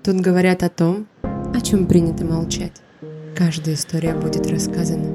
Тут говорят о том, о чем принято молчать. Каждая история будет рассказана.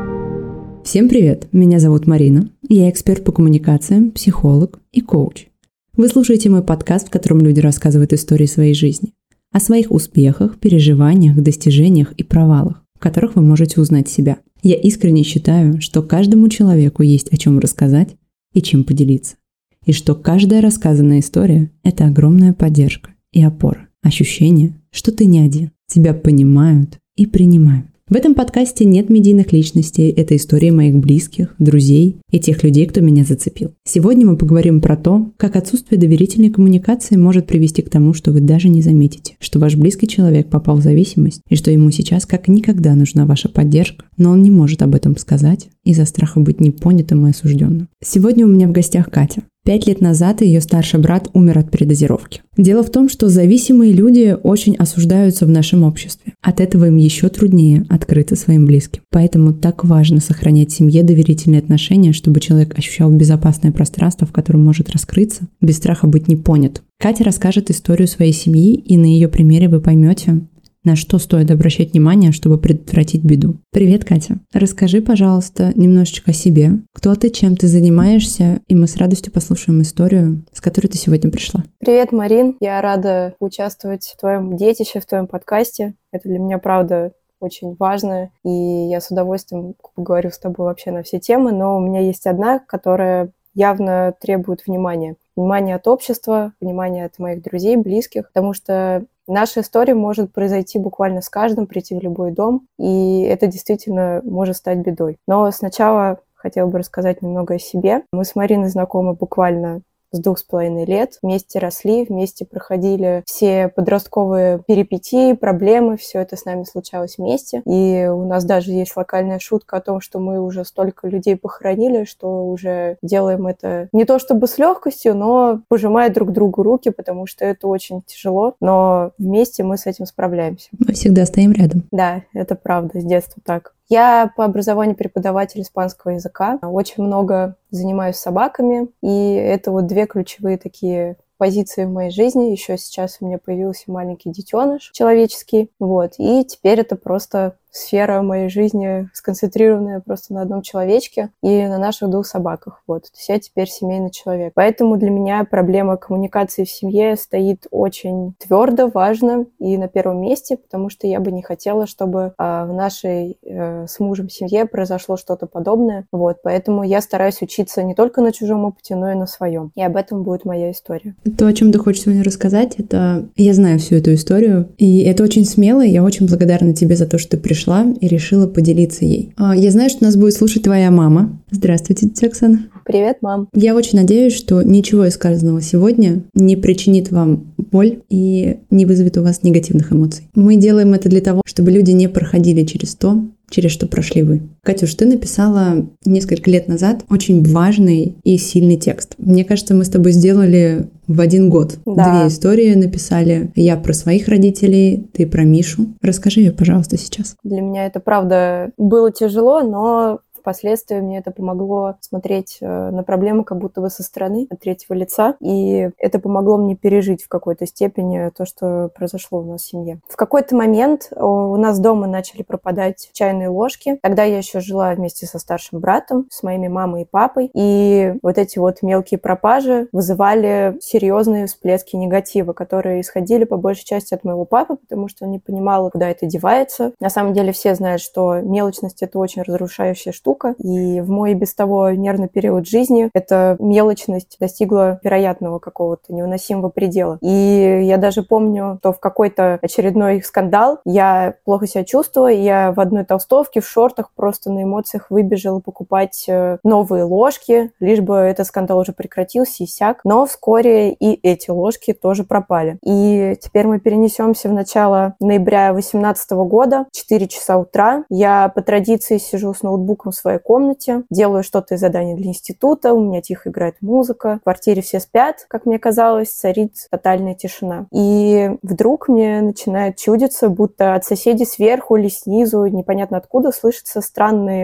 Всем привет! Меня зовут Марина. Я эксперт по коммуникациям, психолог и коуч. Вы слушаете мой подкаст, в котором люди рассказывают истории своей жизни. О своих успехах, переживаниях, достижениях и провалах, в которых вы можете узнать себя. Я искренне считаю, что каждому человеку есть о чем рассказать и чем поделиться. И что каждая рассказанная история – это огромная поддержка и опора. Ощущение, что ты не один. Тебя понимают и принимают. В этом подкасте нет медийных личностей, это истории моих близких, друзей и тех людей, кто меня зацепил. Сегодня мы поговорим про то, как отсутствие доверительной коммуникации может привести к тому, что вы даже не заметите, что ваш близкий человек попал в зависимость и что ему сейчас как никогда нужна ваша поддержка, но он не может об этом сказать из-за страха быть непонятым и осужденным. Сегодня у меня в гостях Катя. 5 лет назад ее старший брат умер от передозировки. Дело в том, что зависимые люди очень осуждаются в нашем обществе. От этого им еще труднее открыться своим близким. Поэтому так важно сохранять в семье доверительные отношения, чтобы человек ощущал безопасное пространство, в котором может раскрыться, без страха быть непонятым. Катя расскажет историю своей семьи, и на ее примере вы поймете, на что стоит обращать внимание, чтобы предотвратить беду. Привет, Катя. Расскажи, пожалуйста, немножечко о себе. Кто ты, чем ты занимаешься, и мы с радостью послушаем историю, с которой ты сегодня пришла. Привет, Марин. Я рада участвовать в твоем детище, в твоем подкасте. Это для меня, правда, очень важно, и я с удовольствием поговорю с тобой вообще на все темы, но у меня есть одна, которая явно требует внимания. Внимания от общества, внимания от моих друзей, близких, потому что наша история может произойти буквально с каждым, прийти в любой дом, и это действительно может стать бедой. Но сначала хотела бы рассказать немного о себе. Мы с Мариной знакомы буквально с 2,5 лет. Вместе росли, вместе проходили все подростковые перипетии, проблемы. Все это с нами случалось вместе. И у нас даже есть локальная шутка о том, что мы уже столько людей похоронили, что уже делаем это не то чтобы с легкостью, но пожимая друг другу руки, потому что это очень тяжело. Но вместе мы с этим справляемся. Мы всегда стоим рядом. Да, это правда, с детства так. Я по образованию преподаватель испанского языка. Очень много занимаюсь собаками, и это вот 2 ключевые такие позиции в моей жизни. Еще сейчас у меня появился маленький детеныш человеческий. Вот. И теперь это просто сфера моей жизни, сконцентрированная просто на одном человечке и на наших 2 собаках. Вот. То есть я теперь семейный человек. Поэтому для меня проблема коммуникации в семье стоит очень твердо, важно и на первом месте, потому что я бы не хотела, чтобы в нашей с мужем семье произошло что-то подобное. Вот. Поэтому я стараюсь учиться не только на чужом опыте, но и на своем. И об этом будет моя история. То, о чем ты хочешь сегодня рассказать, это... Я знаю всю эту историю, и это очень смело, и я очень благодарна тебе за то, что ты пришла и решила поделиться ей. Я знаю, что нас будет слушать твоя мама. Здравствуйте, тетя Оксана. Привет, мам. Я очень надеюсь, что ничего из сказанного сегодня не причинит вам боль и не вызовет у вас негативных эмоций. Мы делаем это для того, чтобы люди не проходили через то, через что прошли вы. Катюш, ты написала несколько лет назад очень важный и сильный текст. Мне кажется, мы с тобой сделали в 1 год. Да. 2 истории написали. Я про своих родителей, ты про Мишу. Расскажи ее, пожалуйста, сейчас. Для меня это, правда, было тяжело, но впоследствии мне это помогло смотреть на проблемы как будто бы со стороны, от третьего лица. И это помогло мне пережить в какой-то степени то, что произошло у нас в семье. В какой-то момент у нас дома начали пропадать чайные ложки. Тогда я еще жила вместе со старшим братом, с моими мамой и папой. И вот эти вот мелкие пропажи вызывали серьезные всплески негатива, которые исходили по большей части от моего папы, потому что он не понимал, куда это девается. На самом деле все знают, что мелочность — это очень разрушающая штука. И в мой без того нервный период жизни эта мелочность достигла вероятного какого-то невыносимого предела. И я даже помню, что в какой-то очередной скандал я плохо себя чувствовала, я в одной толстовке, в шортах просто на эмоциях выбежала покупать новые ложки, лишь бы этот скандал уже прекратился и сяк. Но вскоре и эти ложки тоже пропали. И теперь мы перенесемся в начало ноября 2018 года, 4 часа утра. Я по традиции сижу с ноутбуком в своей комнате, делаю что-то из заданий для института, у меня тихо играет музыка, в квартире все спят, как мне казалось, царит тотальная тишина. И вдруг мне начинает чудиться, будто от соседей сверху или снизу, непонятно откуда, слышатся странные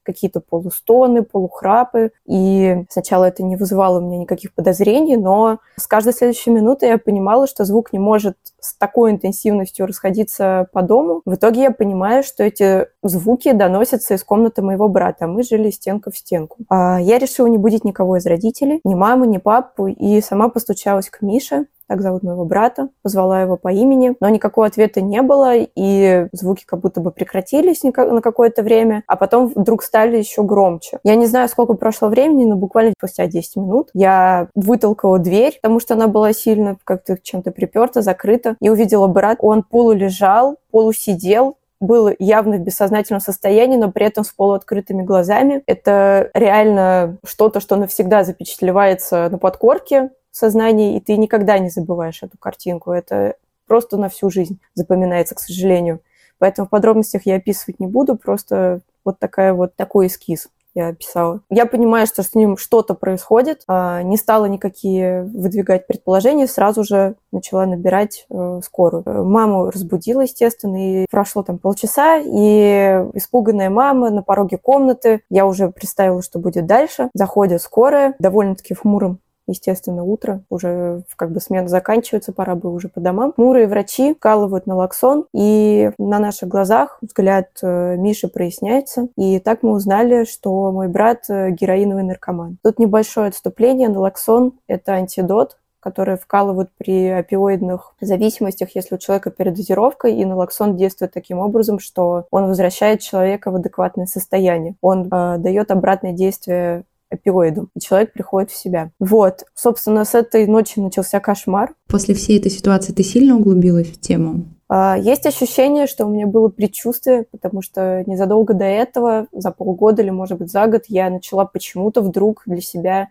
какие-то полустоны, полухрапы. И сначала это не вызывало у меня никаких подозрений, но с каждой следующей минутой я понимала, что звук не может с такой интенсивностью расходиться по дому. В итоге я понимаю, что эти звуки доносятся из комнаты моего брата, а мы жили стенка в стенку. Я решила не будить никого из родителей, ни мамы, ни папу, и сама постучалась к Мише, так зовут моего брата, позвала его по имени, но никакого ответа не было, и звуки как будто бы прекратились на какое-то время, а потом вдруг стали еще громче. Я не знаю, сколько прошло времени, но буквально спустя 10 минут я вытолкала дверь, потому что она была сильно как-то чем-то приперта, закрыта, и увидела брата. Он полулежал, полусидел, был явно в бессознательном состоянии, но при этом с полуоткрытыми глазами. Это реально что-то, что навсегда запечатлевается на подкорке сознания, и ты никогда не забываешь эту картинку. Это просто на всю жизнь запоминается, к сожалению. Поэтому в подробностях я описывать не буду, просто такой эскиз я описала. Я понимаю, что с ним что-то происходит, не стала никакие выдвигать предположения, сразу же начала набирать скорую. Маму разбудила, естественно, и прошло там полчаса, и испуганная мама на пороге комнаты, я уже представила, что будет дальше. Заходит скорая, довольно-таки в хмуром, естественно, утро, уже как бы смена заканчивается, пора бы уже по домам. Хмурые врачи вкалывают налоксон, и на наших глазах взгляд Миши проясняется. И так мы узнали, что мой брат героиновый наркоман. Тут небольшое отступление. Налоксон – это антидот, которые вкалывают при опиоидных зависимостях, если у человека передозировка, и налоксон действует таким образом, что он возвращает человека в адекватное состояние. Он дает обратное действие опиоиду, и человек приходит в себя. Вот. Собственно, с этой ночи начался кошмар. После всей этой ситуации ты сильно углубилась в тему? Есть ощущение, что у меня было предчувствие, потому что незадолго до этого, за полгода или, может быть, за год, я начала почему-то вдруг для себя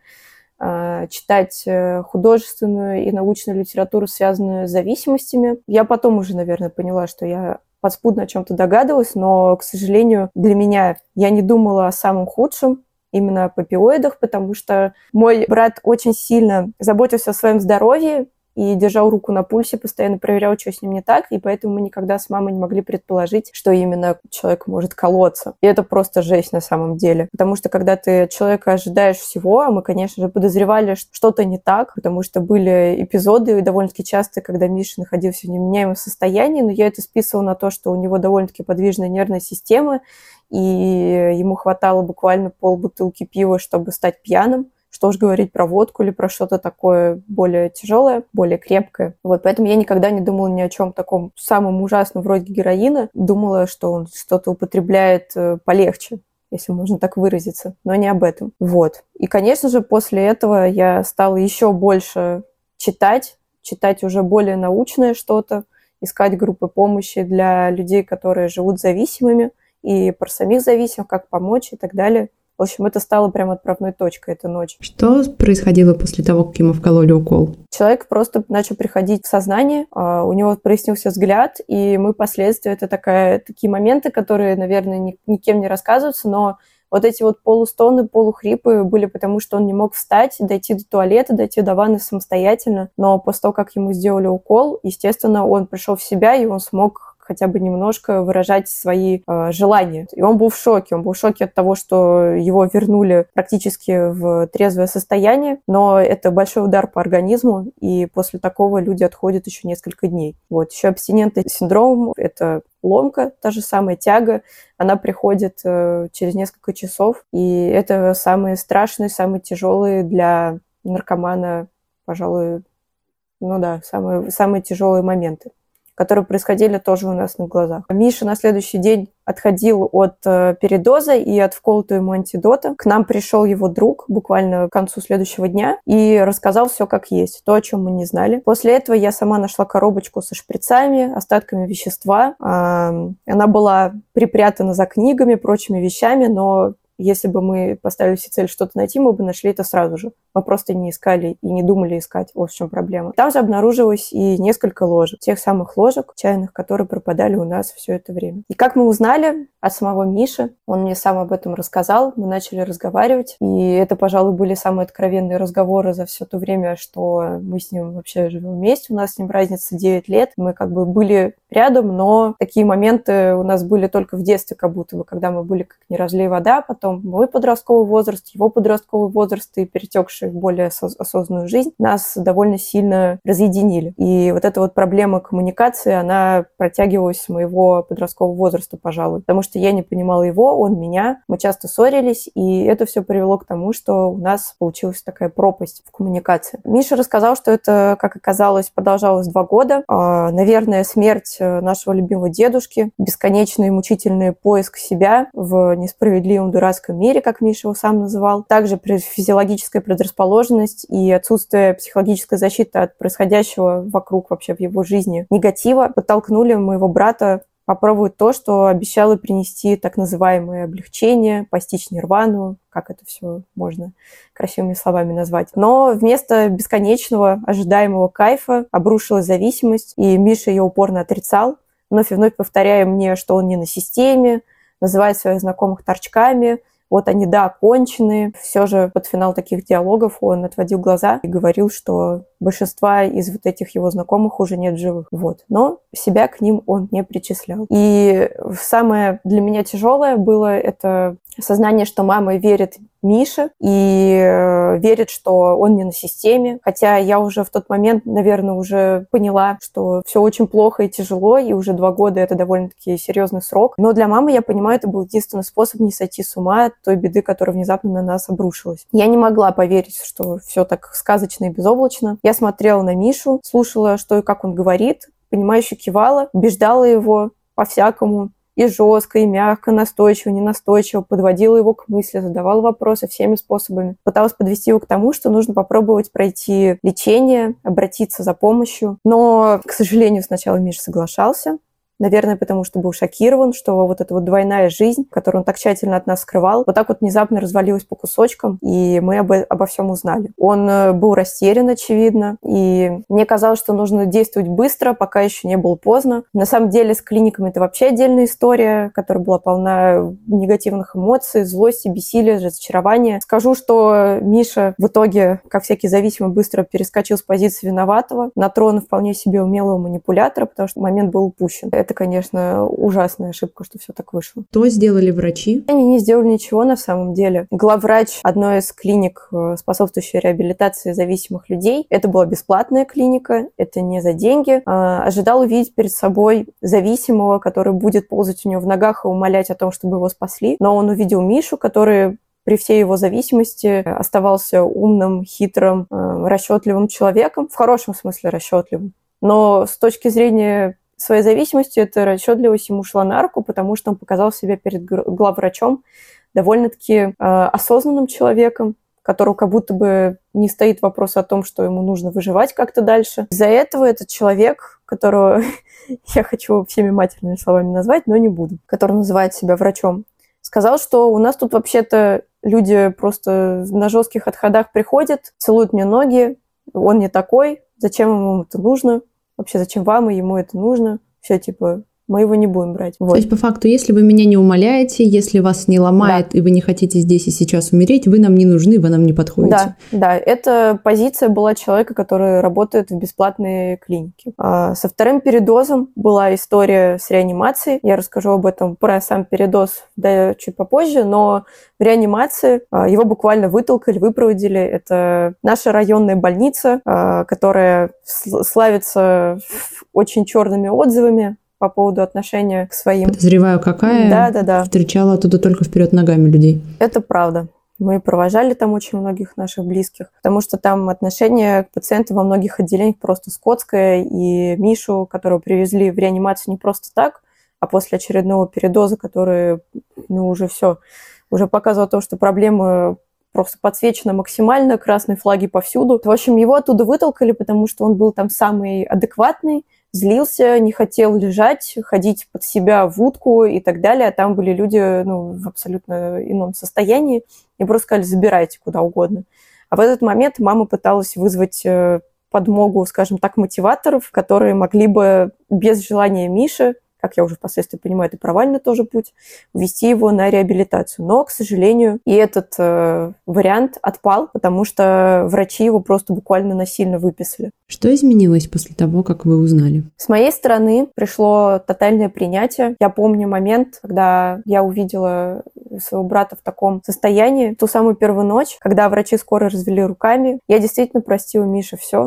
читать художественную и научную литературу, связанную с зависимостями. Я потом уже, наверное, поняла, что я подспудно о чем-то догадывалась, но, к сожалению, для меня я не думала о самом худшем, именно об опиоидах, потому что мой брат очень сильно заботился о своем здоровье и держал руку на пульсе, постоянно проверял, что с ним не так, и поэтому мы никогда с мамой не могли предположить, что именно человек может колоться. И это просто жесть на самом деле. Потому что когда ты от человека ожидаешь всего, а мы, конечно же, подозревали, что что-то не так, потому что были эпизоды довольно-таки часто, когда Миша находился в невменяемом состоянии, но я это списывала на то, что у него довольно-таки подвижная нервная система, и ему хватало буквально полбутылки пива, чтобы стать пьяным. Что уж говорить про водку или про что-то такое более тяжелое, более крепкое. Вот, поэтому я никогда не думала ни о чем таком самом ужасном, вроде героина. Думала, что он что-то употребляет полегче, если можно так выразиться, но не об этом. Вот. И, конечно же, после этого я стала еще больше читать уже более научное что-то, искать группы помощи для людей, которые живут зависимыми, и про самих зависимых, как помочь и так далее. В общем, это стало прям отправной точкой эта ночь. Что происходило после того, как ему вкололи укол? Человек просто начал приходить в сознание, у него прояснился взгляд, и мы впоследствии, это такие моменты, которые, наверное, никем не рассказываются, но вот эти вот полустоны, полухрипы были потому, что он не мог встать, дойти до туалета, дойти до ванны самостоятельно. Но после того, как ему сделали укол, естественно, он пришел в себя, и он смог хотя бы немножко выражать свои желания. И он был в шоке. Он был в шоке от того, что его вернули практически в трезвое состояние, но это большой удар по организму, и после такого люди отходят еще несколько дней. Вот. Еще абстинентный синдром – это ломка, та же самая тяга, она приходит через несколько часов, и это самые страшные, самые тяжелые для наркомана, пожалуй, самые тяжелые моменты, которые происходили тоже у нас на глазах. Миша на следующий день отходил от передоза и от вколотого ему антидота. К нам пришел его друг буквально к концу следующего дня и рассказал все как есть, то, о чем мы не знали. После этого я сама нашла коробочку со шприцами, остатками вещества. Она была припрятана за книгами, прочими вещами, но если бы мы поставили себе цель что-то найти, мы бы нашли это сразу же. Мы просто не искали и не думали искать. Вот в чем проблема. Там же обнаружилось и несколько ложек. Тех самых ложек чайных, которые пропадали у нас все это время. И как мы узнали от самого Миши, он мне сам об этом рассказал, мы начали разговаривать. И это, пожалуй, были самые откровенные разговоры за все то время, что мы с ним вообще живем вместе. У нас с ним разница 9 лет. Мы как бы были рядом, но такие моменты у нас были только в детстве, как будто бы, когда мы были как не разлей вода. Потом потом мой подростковый возраст, его подростковый возраст и перетекший в более осознанную жизнь нас довольно сильно разъединили. И вот эта вот проблема коммуникации, она протягивалась с моего подросткового возраста, пожалуй. Потому что я не понимала его, он меня. Мы часто ссорились, и это все привело к тому, что у нас получилась такая пропасть в коммуникации. Миша рассказал, что это, как оказалось, продолжалось 2 года. Наверное, смерть нашего любимого дедушки, бесконечный мучительный поиск себя в несправедливом дурацком мире, как Миша его сам называл. Также физиологическая предрасположенность и отсутствие психологической защиты от происходящего вокруг вообще в его жизни негатива подтолкнули моего брата попробовать то, что обещало принести так называемое облегчение, постичь нирвану, как это все можно красивыми словами назвать. Но вместо бесконечного ожидаемого кайфа обрушилась зависимость, и Миша ее упорно отрицал, вновь и вновь повторяя мне, что он не на системе, называя своих знакомых торчками. Вот они, да, конченые. Все же под финал таких диалогов он отводил глаза и говорил, что большинства из вот этих его знакомых уже нет живых. Вот. Но себя к ним он не причислял. И самое для меня тяжелое было это осознание, что мама верит Мише и верит, что он не на системе. Хотя я уже в тот момент, наверное, уже поняла, что все очень плохо и тяжело, и уже 2 года это довольно-таки серьезный срок. Но для мамы, я понимаю, это был единственный способ не сойти с ума от той беды, которая внезапно на нас обрушилась. Я не могла поверить, что все так сказочно и безоблачно. Я смотрела на Мишу, слушала, что и как он говорит, понимающе кивала, убеждала его по-всякому. И жестко, и мягко, настойчиво, ненастойчиво, подводила его к мысли, задавала вопросы всеми способами. Пыталась подвести его к тому, что нужно попробовать пройти лечение, обратиться за помощью. Но, к сожалению, сначала Миша соглашался. Наверное, потому что был шокирован, что вот эта вот двойная жизнь, которую он так тщательно от нас скрывал, вот так вот внезапно развалилась по кусочкам, и мы обо всем узнали. Он был растерян, очевидно, и мне казалось, что нужно действовать быстро, пока еще не было поздно. На самом деле с клиниками это вообще отдельная история, которая была полна негативных эмоций, злости, бессилия, разочарования. Скажу, что Миша в итоге, как всякий зависимый, быстро перескочил с позиции виноватого на трон вполне себе умелого манипулятора, потому что момент был упущен. Это, конечно, ужасная ошибка, что все так вышло. Что сделали врачи? Они не сделали ничего на самом деле. Главврач одной из клиник, способствующей реабилитации зависимых людей, это была бесплатная клиника, это не за деньги, ожидал увидеть перед собой зависимого, который будет ползать у него в ногах и умолять о том, чтобы его спасли. Но он увидел Мишу, который при всей его зависимости оставался умным, хитрым, расчетливым человеком, в хорошем смысле расчетливым. Но с точки зрения своей зависимости эта расчетливость ему шла на руку, потому что он показал себя перед главврачом довольно-таки осознанным человеком, которого как будто бы не стоит вопрос о том, что ему нужно выживать как-то дальше. Из-за этого этот человек, которого я хочу всеми матерными словами назвать, но не буду, который называет себя врачом, сказал, что у нас тут вообще-то люди просто на жестких отходах приходят, целуют мне ноги, он не такой, зачем ему это нужно? Вообще, зачем вам и ему это нужно? Все, типа, мы его не будем брать. Вот. То есть, по факту, если вы меня не умоляете, если вас не ломает, да, и вы не хотите здесь и сейчас умереть, вы нам не нужны, вы нам не подходите. Да, эта позиция была человека, который работает в бесплатной клинике. Со вторым передозом была история с реанимацией. Я расскажу об этом, про сам передоз, да, чуть попозже, но в реанимации его буквально вытолкали, выпроводили. Это наша районная больница, которая славится очень черными отзывами по поводу отношения к своим. Подозреваю, какая. Да. Встречала оттуда только вперед ногами людей. Это правда. Мы провожали там очень многих наших близких, потому что там отношение к пациентам во многих отделениях просто скотское, и Мишу, которого привезли в реанимацию не просто так, а после очередного передоза, который, уже показывал то, что проблемы просто подсвечено максимально, красные флаги повсюду. В общем, его оттуда вытолкали, потому что он был там самый адекватный, злился, не хотел лежать, ходить под себя в утку и так далее. А там были люди в абсолютно ином состоянии. И просто сказали, забирайте куда угодно. А в этот момент мама пыталась вызвать подмогу, скажем так, мотиваторов, которые могли бы без желания Миши, как я уже впоследствии понимаю, это провальный тоже путь, ввести его на реабилитацию. Но, к сожалению, и этот вариант отпал, потому что врачи его просто буквально насильно выписали. Что изменилось после того, как вы узнали? С моей стороны пришло тотальное принятие. Я помню момент, когда я увидела своего брата в таком состоянии. Ту самую первую ночь, когда врачи скоро развели руками, я действительно простила Мише все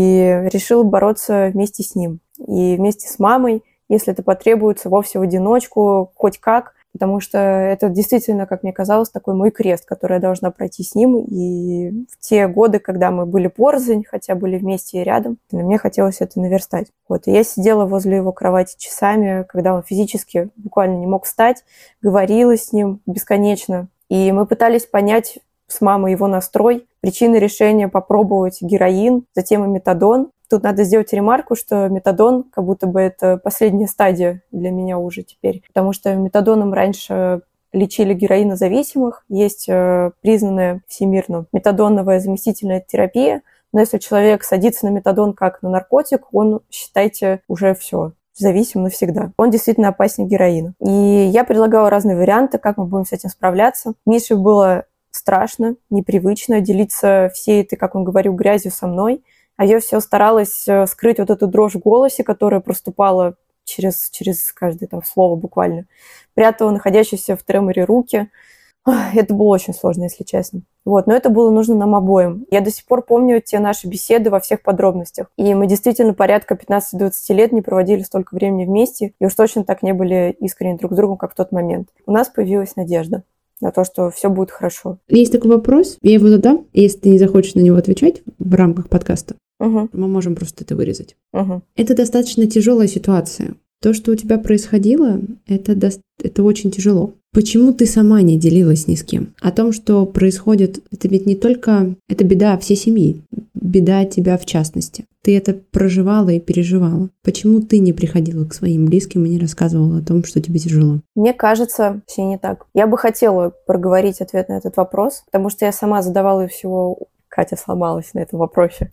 и решила бороться вместе с ним. И вместе с мамой, если это потребуется, вовсе в одиночку, хоть как. Потому что это действительно, как мне казалось, такой мой крест, который я должна пройти с ним. И в те годы, когда мы были порознь, хотя были вместе и рядом, мне хотелось это наверстать. Вот. И я сидела возле его кровати часами, когда он физически буквально не мог встать, говорила с ним бесконечно. И мы пытались понять с мамой его настрой, причины решения попробовать героин, затем и метадон. Тут надо сделать ремарку, что метадон как будто бы это последняя стадия для меня уже теперь, потому что метадоном раньше лечили героинозависимых, есть признанная всемирно метадоновая заместительная терапия, но если человек садится на метадон как на наркотик, он, считайте, уже все, зависим навсегда. Он действительно опаснее героина. И я предлагала разные варианты, как мы будем с этим справляться. Мише было страшно, непривычно делиться всей этой, как он говорил, грязью со мной. А я все старалась скрыть вот эту дрожь в голосе, которая проступала через каждое там слово буквально. Прятала находящиеся в треморе руки. Это было очень сложно, если честно. Вот. Но это было нужно нам обоим. Я до сих пор помню те наши беседы во всех подробностях. И мы действительно порядка 15-20 лет не проводили столько времени вместе, и уж точно так не были искренни друг с другом, как в тот момент. У нас появилась надежда на то, что все будет хорошо. Есть такой вопрос, я его задам, если ты не захочешь на него отвечать в рамках подкаста, мы можем просто это вырезать. Это достаточно тяжелая ситуация. То, что у тебя происходило, это очень тяжело. Почему ты сама не делилась ни с кем? О том, что происходит, это ведь не только... Это беда всей семьи, беда тебя в частности. Ты это проживала и переживала. Почему ты не приходила к своим близким и не рассказывала о том, что тебе тяжело? Мне кажется, все не так. Я бы хотела проговорить ответ на этот вопрос, потому что я сама задавала всего... Катя сломалась на этом вопросе.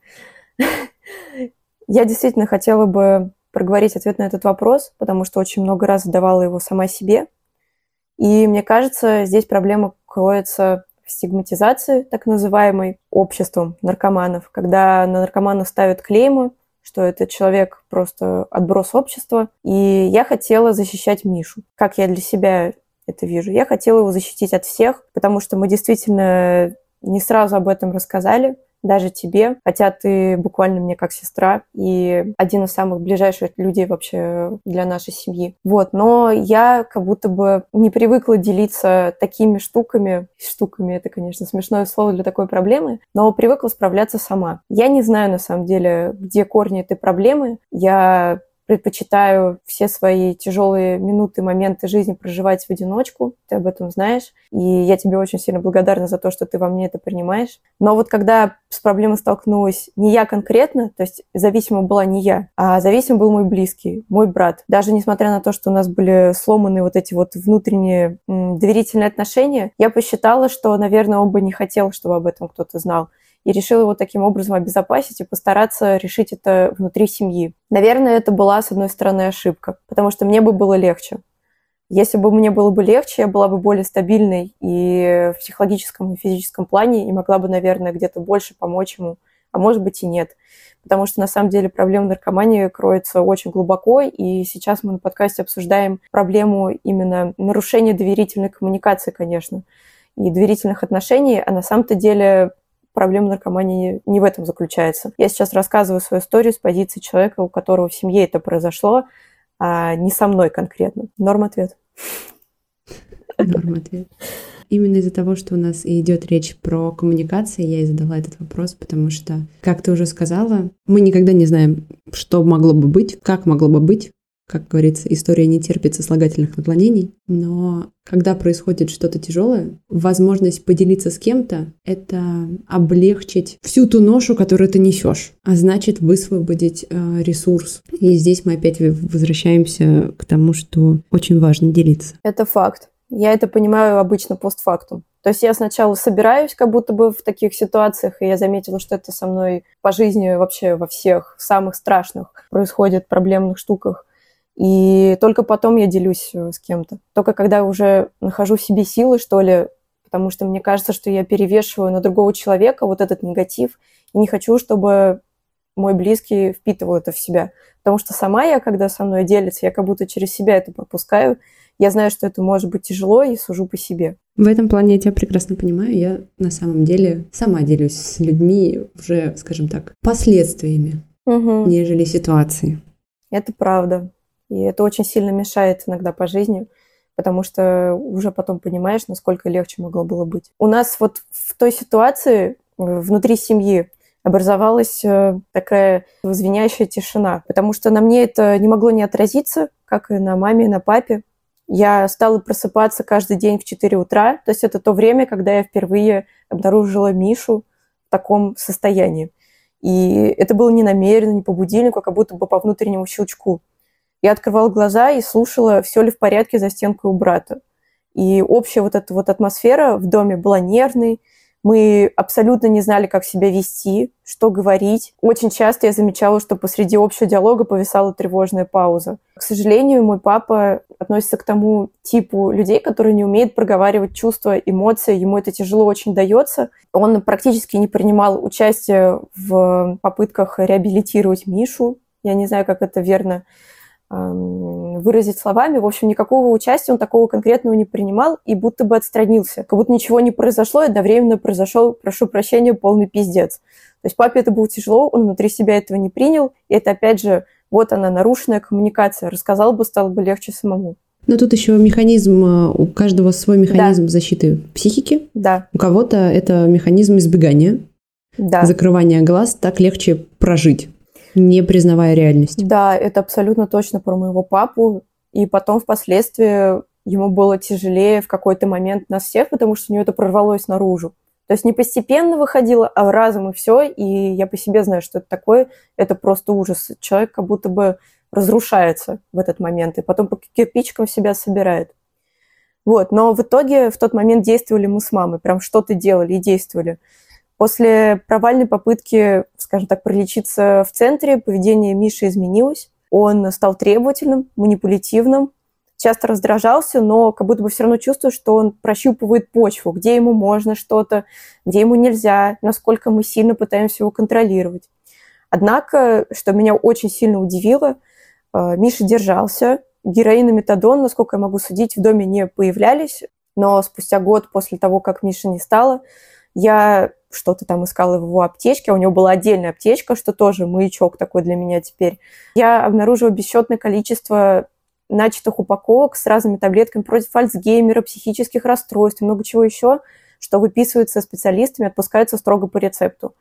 Я действительно хотела бы проговорить ответ на этот вопрос, потому что очень много раз задавала его сама себе. И мне кажется, здесь проблема кроется в стигматизации, так называемой, обществом наркоманов, когда на наркоманов ставят клеймы, что этот человек просто отброс общества. И я хотела защищать Мишу. Как я для себя это вижу? Я хотела его защитить от всех, потому что мы действительно не сразу об этом рассказали, даже тебе, хотя ты буквально мне как сестра и один из самых ближайших людей вообще для нашей семьи. Вот, но я как будто бы не привыкла делиться такими штуками. Штуками — это, конечно, смешное слово для такой проблемы, но привыкла справляться сама. Я не знаю, на самом деле, где корни этой проблемы. Я предпочитаю все свои тяжелые минуты, моменты жизни проживать в одиночку. Ты об этом знаешь. И я тебе очень сильно благодарна за то, что ты во мне это принимаешь. Но вот когда с проблемой столкнулась не я конкретно, то есть зависима была не я, а зависим был мой близкий, мой брат. Даже несмотря на то, что у нас были сломаны вот эти вот внутренние доверительные отношения, я посчитала, что, наверное, он бы не хотел, чтобы об этом кто-то знал. И решила его таким образом обезопасить и постараться решить это внутри семьи. Наверное, это была, с одной стороны, ошибка, потому что мне бы было легче. Если бы мне было бы легче, я была бы более стабильной и в психологическом, и физическом плане, и могла бы, наверное, где-то больше помочь ему, а может быть и нет. Потому что, на самом деле, проблема наркомании кроется очень глубоко, и сейчас мы на подкасте обсуждаем проблему именно нарушения доверительной коммуникации, конечно, и доверительных отношений, а на самом-то деле проблема наркомании не в этом заключается. Я сейчас рассказываю свою историю с позиции человека, у которого в семье это произошло, а не со мной конкретно. Норм ответ. Норм ответ. Именно из-за того, что у нас идет речь про коммуникации, я и задала этот вопрос, потому что, как ты уже сказала, мы никогда не знаем, что могло бы быть, как могло бы быть. Как говорится, история не терпит сослагательных наклонений, но когда происходит что-то тяжелое, возможность поделиться с кем-то — это облегчить всю ту ношу, которую ты несешь, а значит высвободить ресурс. И здесь мы опять возвращаемся к тому, что очень важно делиться. Это факт. Я это понимаю обычно постфактум. То есть я сначала собираюсь как будто бы в таких ситуациях, и я заметила, что это со мной по жизни вообще во всех самых страшных происходит проблемных штуках. И только потом я делюсь с кем-то. Только когда уже нахожу в себе силы, что ли, потому что мне кажется, что я перевешиваю на другого человека вот этот негатив, и не хочу, чтобы мой близкий впитывал это в себя. Потому что сама я, когда со мной делится, я как будто через себя это пропускаю. Я знаю, что это может быть тяжело, и сужу по себе. В этом плане я тебя прекрасно понимаю. Я на самом деле сама делюсь с людьми уже, скажем так, последствиями, нежели ситуацией. Это правда. И это очень сильно мешает иногда по жизни, потому что уже потом понимаешь, насколько легче могло было быть. У нас вот в той ситуации внутри семьи образовалась такая звенящая тишина, потому что на мне это не могло не отразиться, как и на маме, и на папе. Я стала просыпаться каждый день в 4 утра, то есть это то время, когда я впервые обнаружила Мишу в таком состоянии. И это было не намеренно, не по будильнику, а как будто бы по внутреннему щелчку. Я открывала глаза и слушала, все ли в порядке за стенкой у брата. И общая вот эта вот атмосфера в доме была нервной. Мы абсолютно не знали, как себя вести, что говорить. Очень часто я замечала, что посреди общего диалога повисала тревожная пауза. К сожалению, мой папа относится к тому типу людей, которые не умеют проговаривать чувства, эмоции. Ему это тяжело очень дается. Он практически не принимал участие в попытках реабилитировать Мишу. Я не знаю, как это верно выразить словами. В общем, никакого участия он такого конкретного не принимал и будто бы отстранился. Как будто ничего не произошло, и одновременно произошел, прошу прощения, полный пиздец. То есть папе это было тяжело, он внутри себя этого не принял, и это, опять же, вот она, нарушенная коммуникация. Рассказал бы, стало бы легче самому. Но тут еще механизм, у каждого свой механизм защиты психики. Да. У кого-то это механизм избегания, закрывания глаз, так легче прожить, не признавая реальность. Да, это абсолютно точно про моего папу. И потом впоследствии ему было тяжелее в какой-то момент нас всех, потому что у него это прорвалось наружу. То есть не постепенно выходило, а разом и все. И я по себе знаю, что это такое. Это просто ужас. Человек как будто бы разрушается в этот момент, и потом по кирпичикам себя собирает. Вот. Но в итоге в тот момент действовали мы с мамой. Прям что-то делали и действовали. После провальной попытки, скажем так, пролечиться в центре, поведение Миши изменилось. Он стал требовательным, манипулятивным, часто раздражался, но как будто бы все равно чувствую, что он прощупывает почву, где ему можно что-то, где ему нельзя, насколько мы сильно пытаемся его контролировать. Однако, что меня очень сильно удивило, Миша держался. Героин и метадон, насколько я могу судить, в доме не появлялись, но спустя год после того, как Миши не стало, я что-то там искала в его аптечке, а у него была отдельная аптечка, что тоже маячок такой для меня теперь. Я обнаружила бесчетное количество начатых упаковок с разными таблетками против Альцгеймера, психических расстройств и много чего еще, что выписывается специалистами, отпускается строго по рецепту.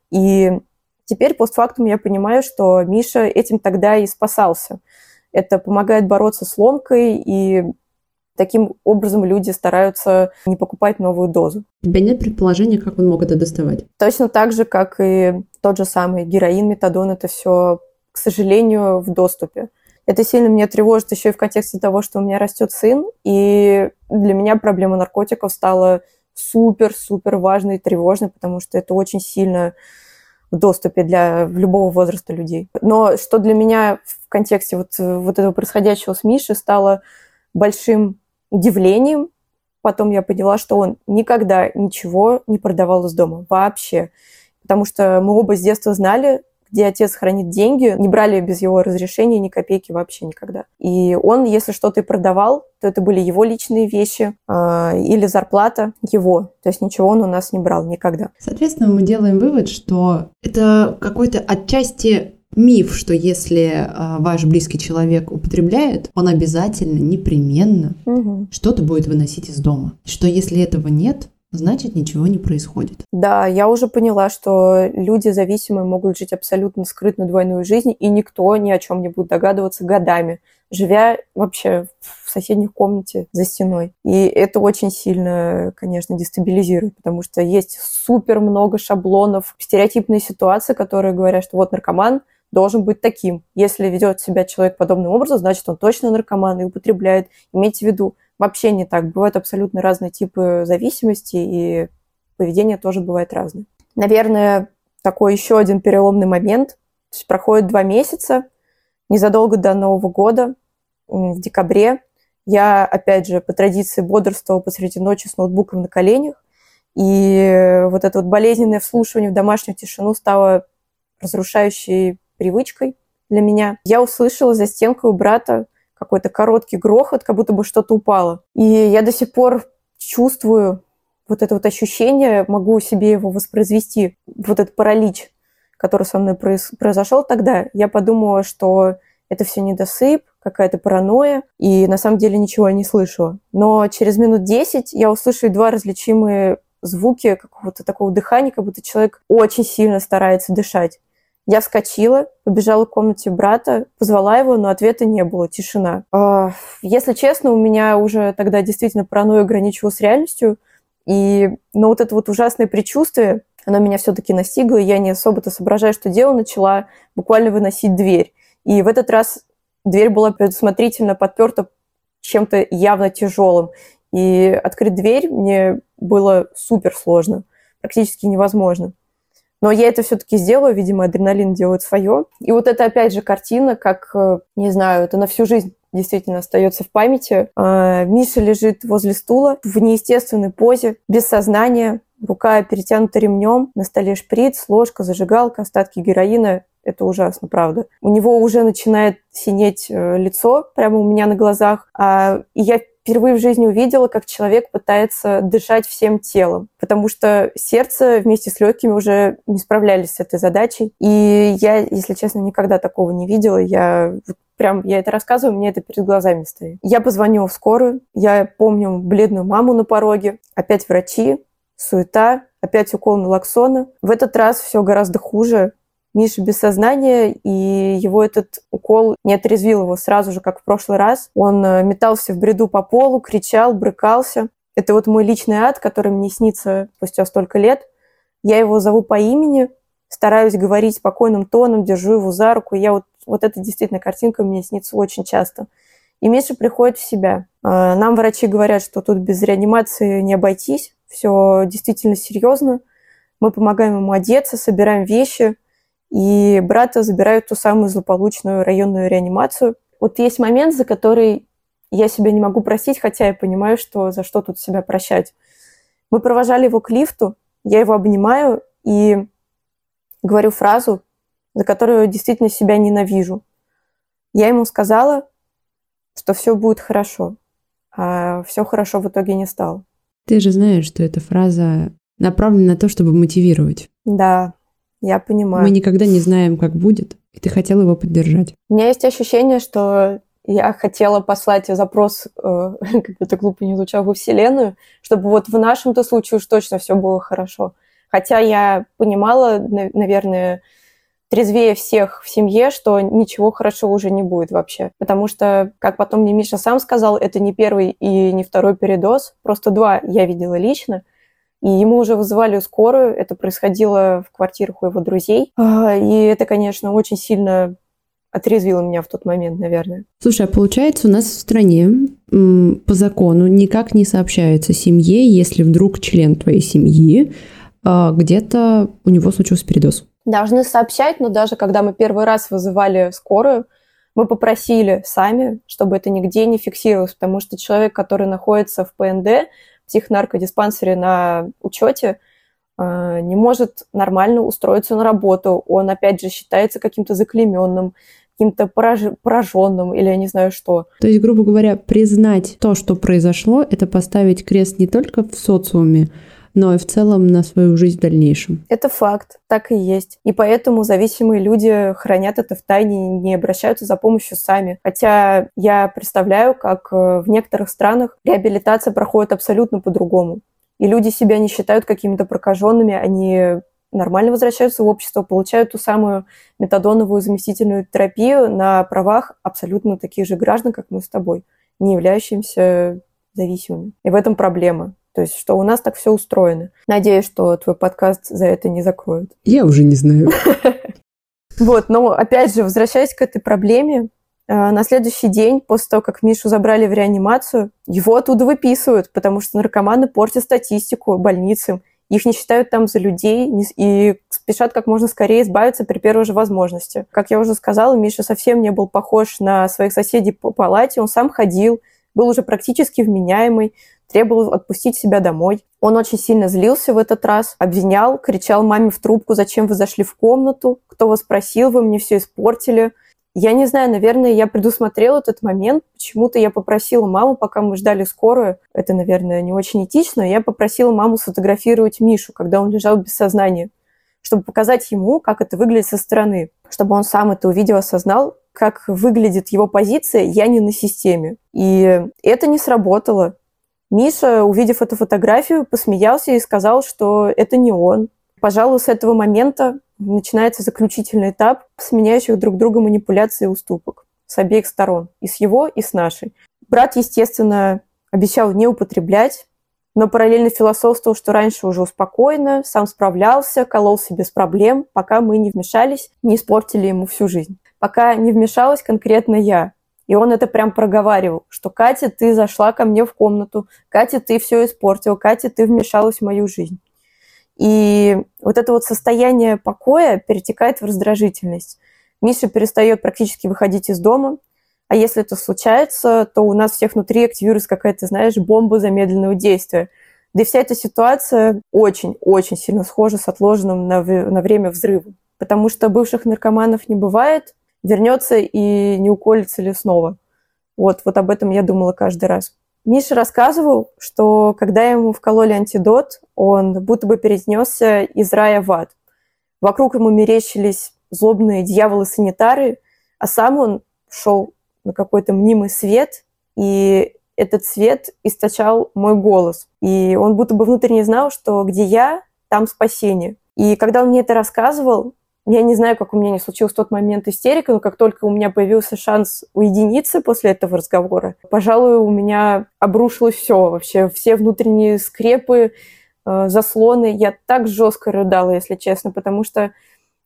И теперь постфактум я понимаю, что Миша этим тогда и спасался. Это помогает бороться с ломкой, и таким образом люди стараются не покупать новую дозу. У тебя нет предположения, как он мог это доставать? Точно так же, как и тот же самый героин, метадон, это все, к сожалению, в доступе. Это сильно меня тревожит еще и в контексте того, что у меня растет сын, и для меня проблема наркотиков стала супер-супер важной и тревожной, потому что это очень сильно в доступе для любого возраста людей. Но что для меня в контексте вот этого происходящего с Мишей стало большим удивлением. Потом я поняла, что он никогда ничего не продавал из дома вообще. Потому что мы оба с детства знали, где отец хранит деньги, не брали без его разрешения ни копейки вообще никогда. И он, если что-то и продавал, то это были его личные вещи или зарплата его. То есть ничего он у нас не брал никогда. Соответственно, мы делаем вывод, что это какой-то отчасти миф, что если ваш близкий человек употребляет, он обязательно, непременно что-то будет выносить из дома. Что если этого нет, значит, ничего не происходит. Да, я уже поняла, что люди зависимые могут жить абсолютно скрытную двойную жизнь, и никто ни о чем не будет догадываться годами, живя вообще в соседней комнате за стеной. И это очень сильно, конечно, дестабилизирует, потому что есть супер много шаблонов, стереотипные ситуации, которые говорят, что вот наркоман должен быть таким. Если ведет себя человек подобным образом, значит, он точно наркоман и употребляет. Имейте в виду, вообще не так. Бывают абсолютно разные типы зависимости, и поведение тоже бывает разное. Наверное, такой еще один переломный момент. То есть проходит 2 месяца, незадолго до Нового года, в декабре, я, опять же, по традиции бодрствовала посреди ночи с ноутбуком на коленях, и вот это вот болезненное вслушивание в домашнюю тишину стало разрушающей привычкой для меня. Я услышала за стенкой у брата какой-то короткий грохот, как будто бы что-то упало. И я до сих пор чувствую вот это вот ощущение, могу себе его воспроизвести, вот этот паралич, который со мной произошел тогда. Я подумала, что это все недосып, какая-то паранойя, и на самом деле ничего я не слышала. Но через минут 10 я услышу едва различимые звуки какого-то такого дыхания, как будто человек очень сильно старается дышать. Я вскочила, побежала к комнате брата, позвала его, но ответа не было, тишина. Если честно, у меня уже тогда действительно паранойя граничила с реальностью, но вот это вот ужасное предчувствие, оно меня все-таки настигло, и я не особо-то соображая, что делала, начала буквально выносить дверь. И в этот раз дверь была предусмотрительно подперта чем-то явно тяжелым. И открыть дверь мне было супер сложно, практически невозможно. Но я это все-таки сделала, видимо, адреналин делает свое. И вот это опять же картина, как, не знаю, это на всю жизнь действительно остается в памяти. Миша лежит возле стула в неестественной позе, без сознания, рука перетянута ремнем, на столе шприц, ложка, зажигалка, остатки героина. Это ужасно, правда. У него уже начинает синеть лицо прямо у меня на глазах. И я впервые в жизни увидела, как человек пытается дышать всем телом, потому что сердце вместе с легкими уже не справлялись с этой задачей. И я, если честно, никогда такого не видела. Я это рассказываю, мне это перед глазами стоит. Я позвонила в скорую, я помню бледную маму на пороге, опять врачи, суета, опять укол налоксона. В этот раз все гораздо хуже. Миша без сознания, и его этот укол не отрезвил его сразу же, как в прошлый раз. Он метался в бреду по полу, кричал, брыкался. Это вот мой личный ад, который мне снится спустя столько лет. Я его зову по имени, стараюсь говорить спокойным тоном, держу его за руку. Вот эта действительно картинка мне снится очень часто. И Миша приходит в себя. Нам врачи говорят, что тут без реанимации не обойтись. Все действительно серьезно. Мы помогаем ему одеться, собираем вещи. И брата забирают в ту самую злополучную районную реанимацию. Вот есть момент, за который я себя не могу простить, хотя я понимаю, что за что тут себя прощать. Мы провожали его к лифту, я его обнимаю и говорю фразу, за которую действительно себя ненавижу. Я ему сказала, что все будет хорошо, а все хорошо в итоге не стало. Ты же знаешь, что эта фраза направлена на то, чтобы мотивировать. Да. Я понимаю. Мы никогда не знаем, как будет, и ты хотела его поддержать. У меня есть ощущение, что я хотела послать запрос, как бы это глупо не звучало, во Вселенную, чтобы вот в нашем-то случае уж точно все было хорошо. Хотя я понимала, наверное, трезвее всех в семье, что ничего хорошего уже не будет вообще. Потому что, как потом мне Миша сам сказал, это не первый и не второй передоз, просто 2 я видела лично. И ему уже вызывали скорую, это происходило в квартирах у его друзей. И это, конечно, очень сильно отрезвило меня в тот момент, наверное. Слушай, а получается, у нас в стране по закону никак не сообщается семье, если вдруг член твоей семьи где-то у него случился передоз. Должны сообщать, но даже когда мы первый раз вызывали скорую, мы попросили сами, чтобы это нигде не фиксировалось, потому что человек, который находится в ПНД, психонаркодиспансере на учете, не может нормально устроиться на работу. Он, опять же, считается каким-то заклейменным, каким-то пораженным или я не знаю что. То есть, грубо говоря, признать то, что произошло, это поставить крест не только в социуме, но и в целом на свою жизнь в дальнейшем. Это факт, так и есть. И поэтому зависимые люди хранят это в тайне, не обращаются за помощью сами. Хотя я представляю, как в некоторых странах реабилитация проходит абсолютно по-другому. И люди себя не считают какими-то прокаженными, они нормально возвращаются в общество, получают ту самую метадоновую заместительную терапию на правах абсолютно таких же граждан, как мы с тобой, не являющимися зависимыми. И в этом проблема. То есть, что у нас так все устроено. Надеюсь, что твой подкаст за это не закроют. Я уже не знаю. Вот, но опять же, возвращаясь к этой проблеме, на следующий день, после того, как Мишу забрали в реанимацию, его оттуда выписывают, потому что наркоманы портят статистику больницы. Их не считают там за людей и спешат как можно скорее избавиться при первой же возможности. Как я уже сказала, Миша совсем не был похож на своих соседей по палате. Он сам ходил, был уже практически вменяемый, требовал отпустить себя домой. Он очень сильно злился в этот раз, обвинял, кричал маме в трубку: «Зачем вы зашли в комнату? Кто вас просил? Вы мне все испортили». Я не знаю, наверное, я предусмотрела этот момент. Почему-то я попросила маму, пока мы ждали скорую, это, наверное, не очень этично, я попросила маму сфотографировать Мишу, когда он лежал без сознания, чтобы показать ему, как это выглядит со стороны, чтобы он сам это увидел, осознал, как выглядит его позиция «я не на системе». И это не сработало. Миша, увидев эту фотографию, посмеялся и сказал, что это не он. Пожалуй, с этого момента начинается заключительный этап сменяющих друг друга манипуляций и уступок с обеих сторон, и с его, и с нашей. Брат, естественно, обещал не употреблять, но параллельно философствовал, что раньше уже спокойно, сам справлялся, кололся без проблем, пока мы не вмешались, не испортили ему всю жизнь. Пока не вмешалась конкретно я. И он это прям проговаривал, что «Катя, ты зашла ко мне в комнату, Катя, ты все испортила, Катя, ты вмешалась в мою жизнь». И вот это вот состояние покоя перетекает в раздражительность. Миша перестает практически выходить из дома, а если это случается, то у нас всех внутри активируется какая-то, знаешь, бомба замедленного действия. Да и вся эта ситуация очень-очень сильно схожа с отложенным на время взрывом. Потому что бывших наркоманов не бывает, вернется и не уколется ли снова. Вот об этом я думала каждый раз. Миша рассказывал, что когда ему вкололи антидот, он будто бы перенесся из рая в ад. Вокруг ему мерещились злобные дьяволы-санитары, а сам он шел на какой-то мнимый свет, и этот свет источал мой голос. И он будто бы внутренне знал, что где я, там спасение. И когда он мне это рассказывал, я не знаю, как у меня не случилась в тот момент истерика, но как только у меня появился шанс уединиться после этого разговора, пожалуй, у меня обрушилось все вообще, все внутренние скрепы, заслоны. Я так жестко рыдала, если честно, потому что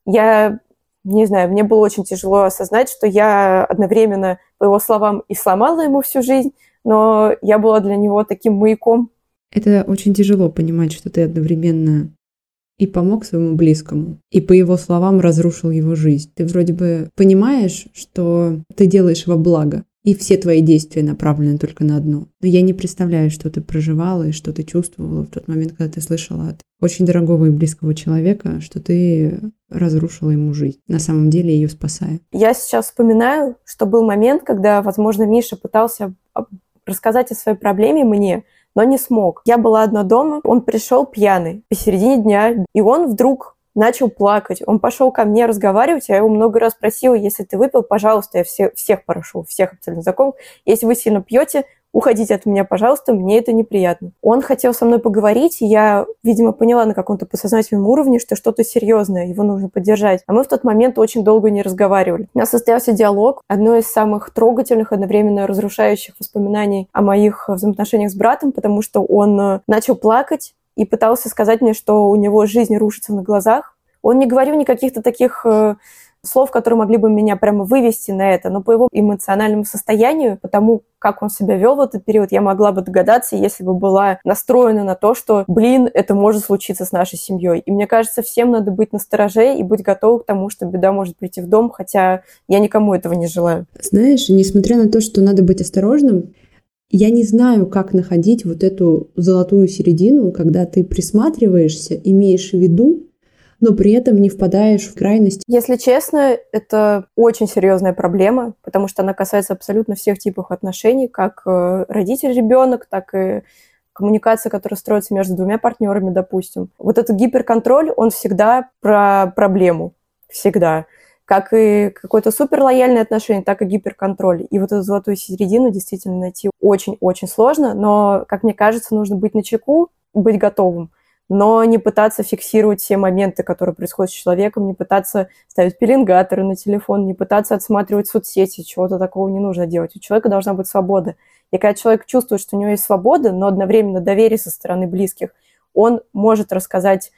я, не знаю, мне было очень тяжело осознать, что я одновременно, по его словам, и сломала ему всю жизнь, но я была для него таким маяком. Это очень тяжело понимать, что ты одновременно и помог своему близкому, и, по его словам, разрушил его жизнь. Ты вроде бы понимаешь, что ты делаешь во благо, и все твои действия направлены только на одно. Но я не представляю, что ты проживала и что ты чувствовала в тот момент, когда ты слышала от очень дорогого и близкого человека, что ты разрушила ему жизнь, на самом деле ее спасая. Я сейчас вспоминаю, что был момент, когда, возможно, Миша пытался рассказать о своей проблеме мне, но не смог. Я была одна дома, он пришел пьяный посередине дня, и он вдруг начал плакать. Он пошел ко мне разговаривать, я его много раз просила, если ты выпил, пожалуйста, я всех прошу, всех абсолютно знакомых, если вы сильно пьете, уходите от меня, пожалуйста, мне это неприятно. Он хотел со мной поговорить, и я, видимо, поняла на каком-то подсознательном уровне, что что-то серьезное, его нужно поддержать. А мы в тот момент очень долго не разговаривали. У нас состоялся диалог, одно из самых трогательных, одновременно разрушающих воспоминаний о моих взаимоотношениях с братом, потому что он начал плакать и пытался сказать мне, что у него жизнь рушится на глазах. Он не говорил никаких-то таких слов, которые могли бы меня прямо вывести на это, но по его эмоциональному состоянию, по тому, как он себя вел в этот период, я могла бы догадаться, если бы была настроена на то, что, это может случиться с нашей семьей. И мне кажется, всем надо быть настороже и быть готовым к тому, что беда может прийти в дом, хотя я никому этого не желаю. Знаешь, несмотря на то, что надо быть осторожным, я не знаю, как находить вот эту золотую середину, когда ты присматриваешься, имеешь в виду, но при этом не впадаешь в крайность. Если честно, это очень серьезная проблема, потому что она касается абсолютно всех типов отношений, как родитель-ребенок, так и коммуникация, которая строится между двумя партнерами, допустим. Вот этот гиперконтроль, он всегда про проблему. Всегда. Как и какое-то суперлояльное отношение, так и гиперконтроль. И вот эту золотую середину действительно найти очень-очень сложно, но, как мне кажется, нужно быть начеку, быть готовым, но не пытаться фиксировать все моменты, которые происходят с человеком, не пытаться ставить пеленгаторы на телефон, не пытаться отсматривать соцсети, чего-то такого не нужно делать. У человека должна быть свобода. И когда человек чувствует, что у него есть свобода, но одновременно доверие со стороны близких, он может рассказать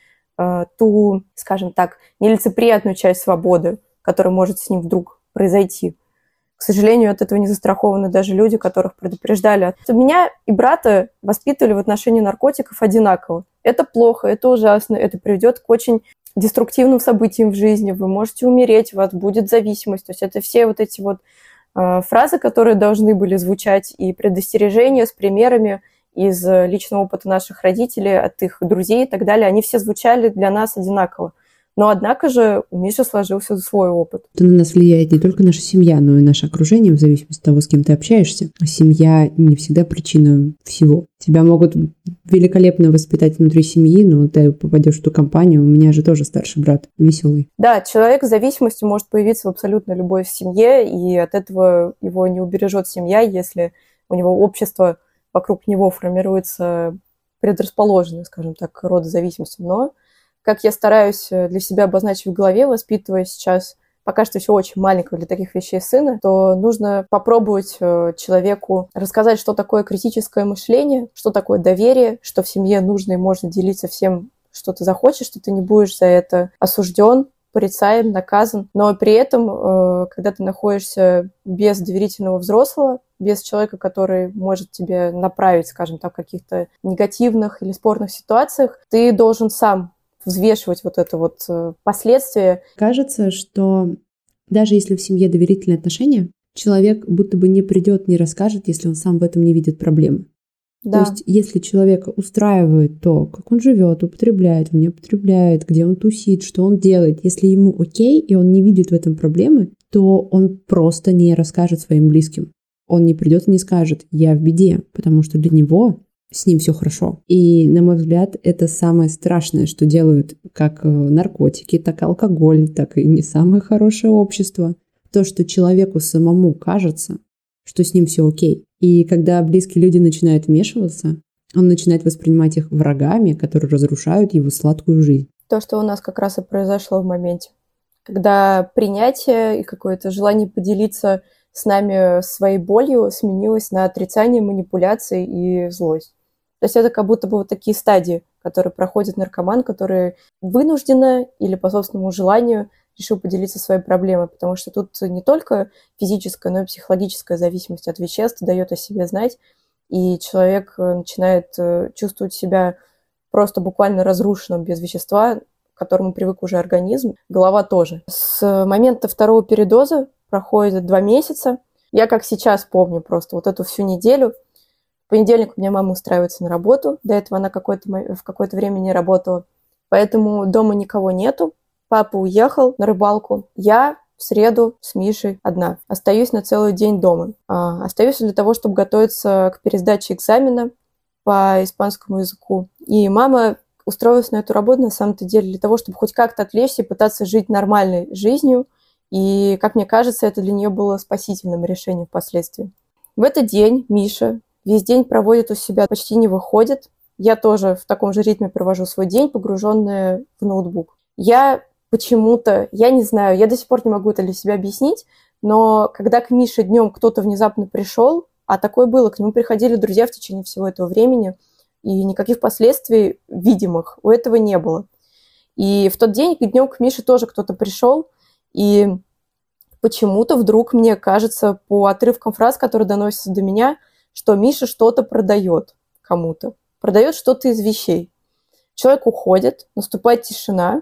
ту, скажем так, нелицеприятную часть свободы, которая может с ним вдруг произойти. К сожалению, от этого не застрахованы даже люди, которых предупреждали. Меня и брата воспитывали в отношении наркотиков одинаково. Это плохо, это ужасно, это приведет к очень деструктивным событиям в жизни. Вы можете умереть, у вас будет зависимость. То есть это все вот эти вот фразы, которые должны были звучать, и предостережения с примерами из личного опыта наших родителей, от их друзей и так далее, они все звучали для нас одинаково. Но, однако же, у Миши сложился свой опыт. Это на нас влияет не только наша семья, но и наше окружение, в зависимости от того, с кем ты общаешься. Семья не всегда причина всего. Тебя могут великолепно воспитать внутри семьи, но ты попадешь в ту компанию. У меня же тоже старший брат веселый. Да, человек с зависимостью может появиться в абсолютно любой семье, и от этого его не убережет семья, если у него общество вокруг него формируется предрасположенное, скажем так, к роду зависимости. Но, как я стараюсь для себя обозначить в голове, воспитывая сейчас пока что еще очень маленького для таких вещей сына, то нужно попробовать человеку рассказать, что такое критическое мышление, что такое доверие, что в семье нужно и можно делиться всем, что ты захочешь, что ты не будешь за это осужден, порицаем, наказан. Но при этом, когда ты находишься без доверительного взрослого, без человека, который может тебе направить, скажем так, в каких-то негативных или спорных ситуациях, ты должен сам взвешивать вот это вот последствия. Кажется, что даже если в семье доверительные отношения, человек будто бы не придет, не расскажет, если он сам в этом не видит проблемы. Да. То есть, если человека устраивает то, как он живет, употребляет, не употребляет, где он тусит, что он делает, если ему окей, и он не видит в этом проблемы, то он просто не расскажет своим близким. Он не придет и не скажет: я в беде, потому что для него с ним все хорошо. И, на мой взгляд, это самое страшное, что делают как наркотики, так и алкоголь, так и не самое хорошее общество. То, что человеку самому кажется, что с ним все окей. И когда близкие люди начинают вмешиваться, он начинает воспринимать их врагами, которые разрушают его сладкую жизнь. То, что у нас как раз и произошло в моменте. Когда принятие и какое-то желание поделиться с нами своей болью сменилось на отрицание, манипуляции и злость. То есть это как будто бы вот такие стадии, которые проходит наркоман, который вынужденно или по собственному желанию решил поделиться своей проблемой, потому что тут не только физическая, но и психологическая зависимость от веществ дает о себе знать, и человек начинает чувствовать себя просто буквально разрушенным без вещества, к которому привык уже организм, голова тоже. С момента второго передоза проходит 2 месяца. Я как сейчас помню просто вот эту всю неделю. В понедельник у меня мама устраивается на работу. До этого она в какое-то время не работала. Поэтому дома никого нету. Папа уехал на рыбалку. Я в среду с Мишей одна. Остаюсь на целый день дома. Остаюсь для того, чтобы готовиться к пересдаче экзамена по испанскому языку. И мама устроилась на эту работу на самом-то деле для того, чтобы хоть как-то отвлечься и пытаться жить нормальной жизнью. И, как мне кажется, это для нее было спасительным решением впоследствии. В этот день Миша весь день проводит у себя, почти не выходит. Я тоже в таком же ритме провожу свой день, погруженная в ноутбук. Я почему-то, я не знаю, я до сих пор не могу это для себя объяснить, но когда к Мише днем кто-то внезапно пришел, а такое было, к нему приходили друзья в течение всего этого времени, и никаких последствий видимых у этого не было. И в тот день днем к Мише тоже кто-то пришел, и почему-то вдруг мне кажется по отрывкам фраз, которые доносятся до меня, что Миша что-то продает кому-то, продает что-то из вещей. Человек уходит, наступает тишина,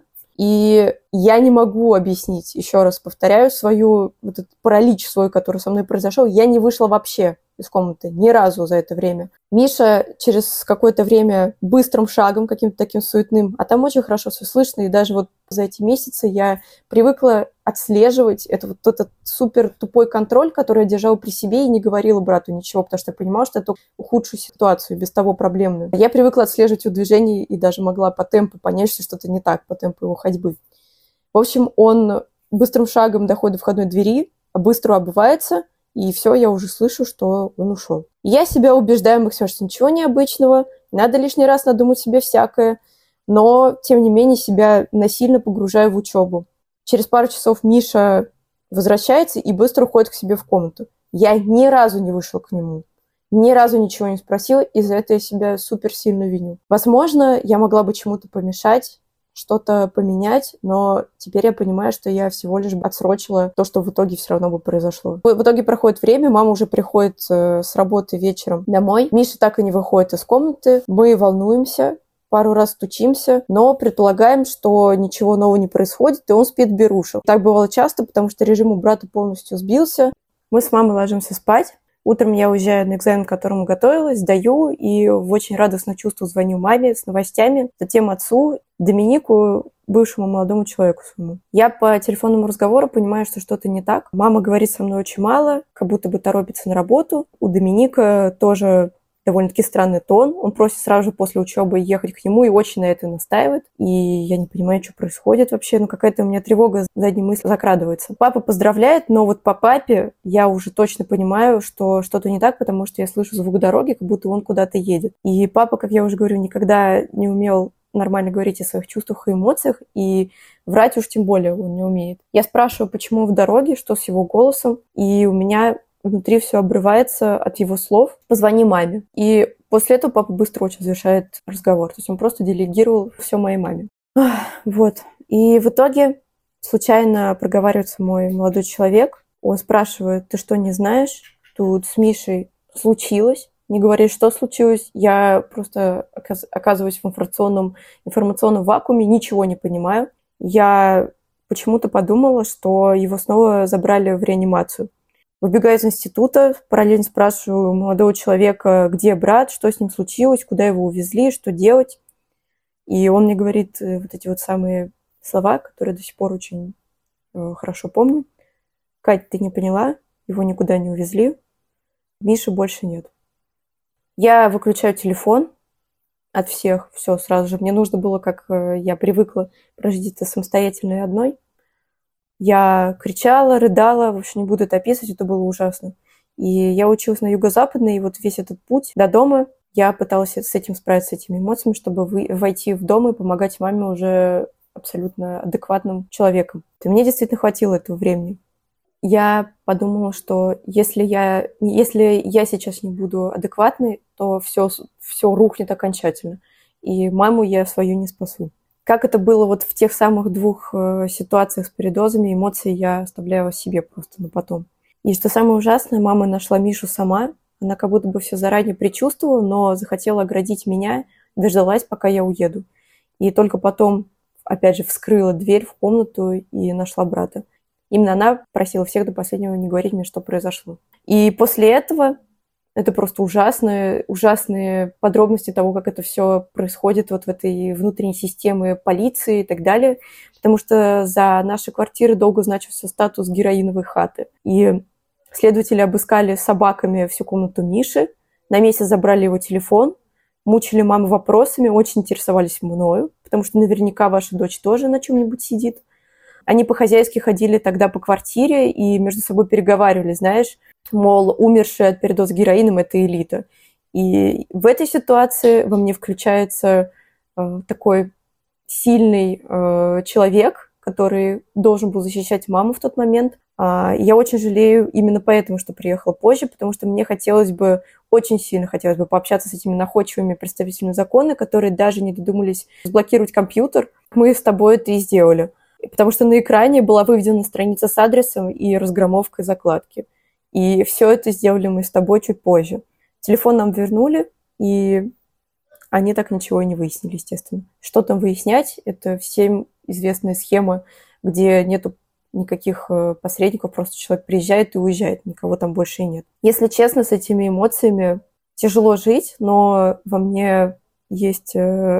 и я не могу объяснить, еще раз повторяю, вот этот паралич свой, который со мной произошел, я не вышла вообще из комнаты ни разу за это время. Миша через какое-то время быстрым шагом, каким-то таким суетным, а там очень хорошо все слышно, и даже вот за эти месяцы я привыкла отслеживать этот супер тупой контроль, который я держала при себе и не говорила брату ничего, потому что я понимала, что это ухудшую ситуацию, без того проблемную. Я привыкла отслеживать его движения и даже могла по темпу понять, что что-то не так, по темпу его ходьбы. В общем, он быстрым шагом доходит до входной двери, быстро обувается, и все, я уже слышу, что он ушел. Я себя убеждаю максимально, что ничего необычного, надо лишний раз надумать себе всякое, но, тем не менее, себя насильно погружаю в учебу. Через пару часов Миша возвращается и быстро уходит к себе в комнату. Я ни разу не вышла к нему, ни разу ничего не спросила, и за это я себя супер сильно виню. Возможно, я могла бы чему-то помешать, что-то поменять, но теперь я понимаю, что я всего лишь отсрочила то, что в итоге все равно бы произошло. В итоге проходит время, мама уже приходит с работы вечером домой. Миша так и не выходит из комнаты. Мы волнуемся, пару раз стучимся, но предполагаем, что ничего нового не происходит, и он спит беруши. Так бывало часто, потому что режим у брата полностью сбился. Мы с мамой ложимся спать. Утром я уезжаю на экзамен, к которому готовилась, сдаю, и в очень радостное чувство звоню маме с новостями, затем отцу, Доминику, бывшему молодому человеку своему. Я по телефонному разговору понимаю, что что-то не так. Мама говорит со мной очень мало, как будто бы торопится на работу. У Доминика тоже довольно-таки странный тон. Он просит сразу же после учебы ехать к нему и очень на это настаивает. И я не понимаю, что происходит вообще. Ну, какая-то у меня тревога, задняя мысль закрадывается. Папа поздравляет, но вот по папе я уже точно понимаю, что что-то не так, потому что я слышу звук дороги, как будто он куда-то едет. И папа, как я уже говорю, никогда не умел нормально говорить о своих чувствах и эмоциях, и врать уж тем более он не умеет. Я спрашиваю, почему в дороге, что с его голосом, и у меня внутри все обрывается от его слов. Позвони маме. И после этого папа быстро очень завершает разговор. То есть он просто делегировал все моей маме. Вот. И в итоге случайно проговаривается мой молодой человек. Он спрашивает, ты что, не знаешь? Тут с Мишей случилось. Не говорит, что случилось. Я просто оказываюсь в информационном вакууме, ничего не понимаю. Я почему-то подумала, что его снова забрали в реанимацию. Выбегаю из института, параллельно спрашиваю молодого человека, где брат, что с ним случилось, куда его увезли, что делать. И он мне говорит вот эти вот самые слова, которые до сих пор очень хорошо помню. Кать, ты не поняла, его никуда не увезли, Миши больше нет. Я выключаю телефон от всех, все сразу же. Мне нужно было, как я привыкла, прожить это самостоятельно и одной. Я кричала, рыдала, в общем, не буду это описывать, это было ужасно. И я училась на юго-западной, и вот весь этот путь до дома я пыталась с этим справиться, с этими эмоциями, чтобы войти в дом и помогать маме уже абсолютно адекватным человеком. И мне действительно хватило этого времени. Я подумала, что если я сейчас не буду адекватной, то все рухнет окончательно. И маму я свою не спасу. Как это было вот в тех самых двух ситуациях с передозами, эмоции я оставляю себе просто на потом. И что самое ужасное, мама нашла Мишу сама. Она как будто бы все заранее предчувствовала, но захотела оградить меня, дождалась, пока я уеду. И только потом, опять же, вскрыла дверь в комнату и нашла брата. Именно она просила всех до последнего не говорить мне, что произошло. И после этого это просто ужасные подробности того, как это все происходит вот в этой внутренней системе полиции и так далее. Потому что за нашей квартирой долго значился статус героиновой хаты. И следователи обыскали собаками всю комнату Миши, на месяц забрали его телефон, мучили маму вопросами, очень интересовались мною, потому что наверняка ваша дочь тоже на чем-нибудь сидит. Они по-хозяйски ходили тогда по квартире и между собой переговаривали, знаешь, мол, умершие от передоза героином – это элита. И в этой ситуации во мне включается такой сильный человек, который должен был защищать маму в тот момент. Я очень жалею именно поэтому, что приехала позже, потому что мне очень сильно хотелось бы пообщаться с этими находчивыми представителями закона, которые даже не додумались заблокировать компьютер. Мы с тобой это и сделали. Потому что на экране была выведена страница с адресом и разгромовкой закладки. И все это сделали мы с тобой чуть позже. Телефон нам вернули, и они так ничего и не выяснили, естественно. Что там выяснять? Это всем известная схема, где нету никаких посредников, просто человек приезжает и уезжает, никого там больше и нет. Если честно, с этими эмоциями тяжело жить, но во мне есть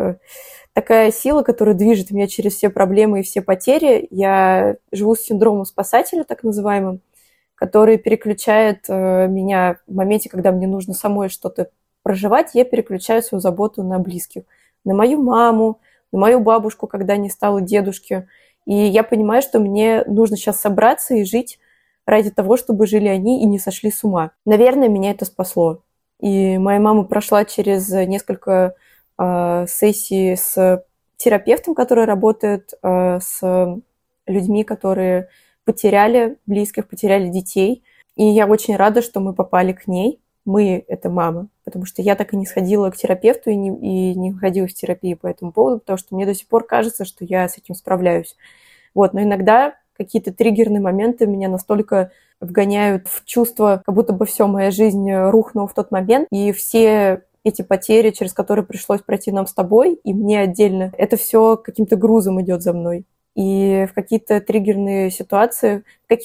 такая сила, которая движет меня через все проблемы и все потери. Я живу с синдромом спасателя, так называемым, который переключает меня в моменте, когда мне нужно самой что-то проживать, я переключаю свою заботу на близких. На мою маму, на мою бабушку, когда не стало дедушки. И я понимаю, что мне нужно сейчас собраться и жить ради того, чтобы жили они и не сошли с ума. Наверное, меня это спасло. И моя мама прошла через несколько сессии с терапевтом, который работает с людьми, которые потеряли близких, потеряли детей. И я очень рада, что мы попали к ней. Мы – это мама. Потому что я так и не сходила к терапевту и не ходила в терапию по этому поводу, потому что мне до сих пор кажется, что я с этим справляюсь. Вот. Но иногда какие-то триггерные моменты меня настолько вгоняют в чувство, как будто бы все, моя жизнь рухнула в тот момент, и все эти потери, через которые пришлось пройти нам с тобой, и мне отдельно, это все каким-то грузом идет за мной. и в каких-то триггерных ситуациях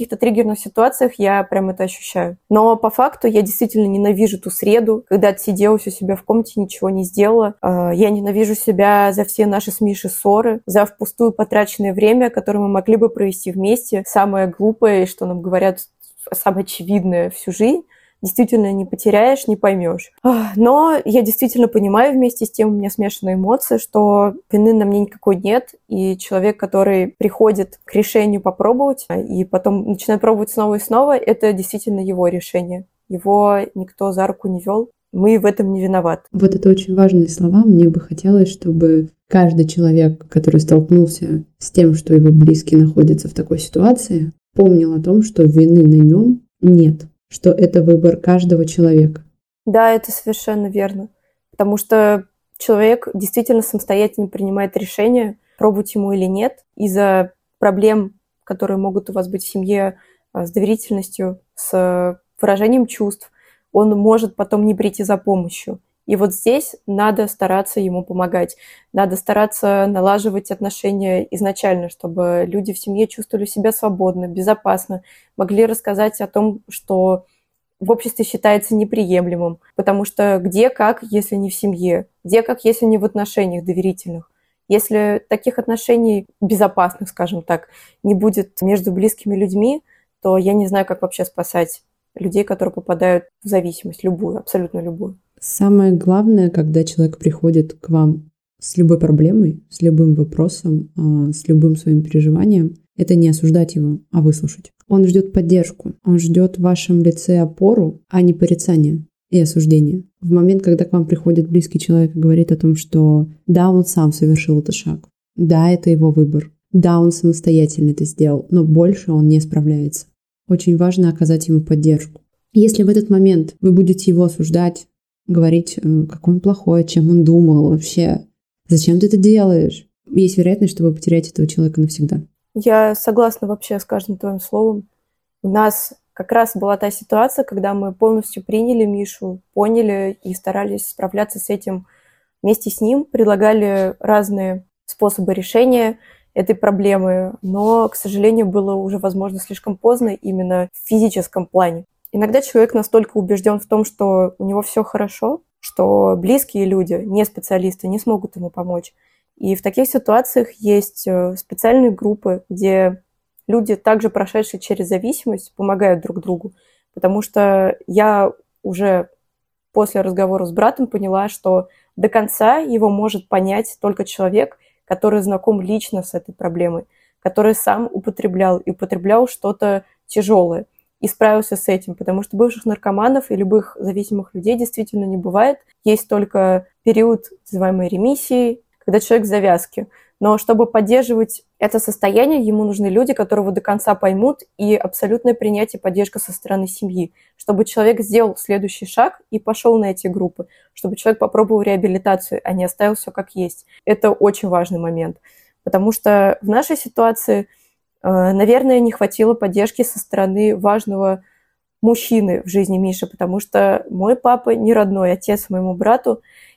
я прям это ощущаю. Но по факту я действительно ненавижу ту среду, когда отсиделась у себя в комнате, ничего не сделала. Я ненавижу себя за все наши с Мишей ссоры, за впустую потраченное время, которое мы могли бы провести вместе. Самое глупое, что нам говорят, самое очевидное всю жизнь, действительно не потеряешь, не поймешь. Но я действительно понимаю, вместе с тем у меня смешанные эмоции, что вины на мне никакой нет, и человек, который приходит к решению попробовать, и потом начинает пробовать снова и снова, это действительно его решение. Его никто за руку не вел. Мы в этом не виноваты. Вот это очень важные слова. Мне бы хотелось, чтобы каждый человек, который столкнулся с тем, что его близкий находится в такой ситуации, помнил о том, что вины на нем нет, что это выбор каждого человека. Да, это совершенно верно. Потому что человек действительно самостоятельно принимает решение, пробовать ему или нет, из-за проблем, которые могут у вас быть в семье, с доверительностью, с выражением чувств. Он может потом не прийти за помощью. И вот здесь надо стараться ему помогать. Надо стараться налаживать отношения изначально, чтобы люди в семье чувствовали себя свободно, безопасно, могли рассказать о том, что в обществе считается неприемлемым. Потому что где как, если не в семье? Где как, если не в отношениях доверительных? Если таких отношений безопасных, скажем так, не будет между близкими людьми, то я не знаю, как вообще спасать людей, которые попадают в зависимость, любую, абсолютно любую. Самое главное, когда человек приходит к вам с любой проблемой, с любым вопросом, с любым своим переживанием, это не осуждать его, а выслушать. Он ждет поддержку, он ждет в вашем лице опору, а не порицание и осуждение. В момент, когда к вам приходит близкий человек и говорит о том, что да, он сам совершил этот шаг, да, это его выбор, да, он самостоятельно это сделал, но больше он не справляется. Очень важно оказать ему поддержку. Если в этот момент вы будете его осуждать, говорить, какой он плохой, чем он думал вообще, зачем ты это делаешь, есть вероятность, что вы потеряете этого человека навсегда. Я согласна вообще с каждым твоим словом. У нас как раз была та ситуация, когда мы полностью приняли Мишу, поняли и старались справляться с этим вместе с ним, предлагали разные способы решения этой проблемы, но, к сожалению, было уже, возможно, слишком поздно именно в физическом плане. Иногда человек настолько убежден в том, что у него все хорошо, что близкие люди, не специалисты, не смогут ему помочь. И в таких ситуациях есть специальные группы, где люди, также прошедшие через зависимость, помогают друг другу. Потому что я уже после разговора с братом поняла, что до конца его может понять только человек, который знаком лично с этой проблемой, который сам употреблял и употреблял что-то тяжелое и справился с этим, потому что бывших наркоманов и любых зависимых людей действительно не бывает. Есть только период, называемый ремиссией, когда человек в завязке. Но чтобы поддерживать это состояние, ему нужны люди, которые его до конца поймут, и абсолютное принятие и поддержка со стороны семьи. Чтобы человек сделал следующий шаг и пошел на эти группы. Чтобы человек попробовал реабилитацию, а не оставил все как есть. Это очень важный момент. Потому что в нашей ситуации, наверное, не хватило поддержки со стороны важного мужчины в жизни Миши, потому что мой папа не родной отец моему брату,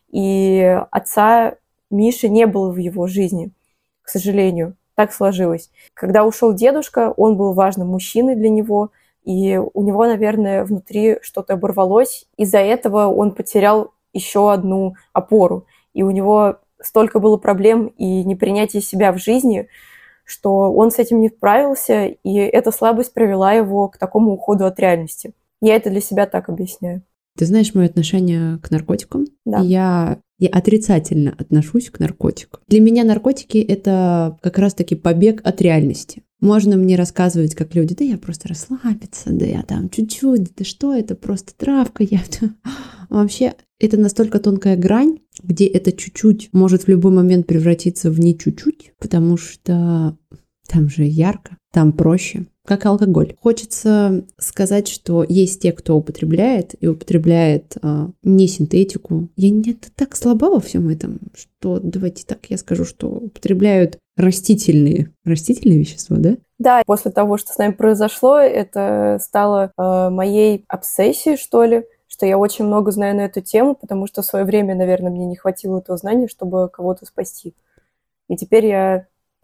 и отца Миши не было в его жизни, к сожалению. Так сложилось. Когда ушел дедушка, он был важным мужчиной для него, и у него, наверное, внутри что-то оборвалось. Из-за этого он потерял еще одну опору. И у него столько было проблем и непринятия себя в жизни, что он с этим не справился, и эта слабость привела его к такому уходу от реальности. Я это для себя так объясняю. Ты знаешь мое отношение к наркотикам? Да. Я отрицательно отношусь к наркотикам. Для меня наркотики — это как раз-таки побег от реальности. Можно мне рассказывать, как люди, да я просто расслабиться, да я там чуть-чуть, да что это, просто травка. Вообще, это настолько тонкая грань, где это чуть-чуть может в любой момент превратиться в не чуть-чуть, потому что там же ярко, там проще. Как алкоголь. Хочется сказать, что есть те, кто употребляет, и употребляет не синтетику. Я не так слаба во всем этом, что давайте так я скажу, что употребляют растительные вещества, да? Да, после того, что с нами произошло, это стало моей обсессией, что ли, что я очень много знаю на эту тему, потому что в свое время, наверное, мне не хватило этого знания, чтобы кого-то спасти. И теперь я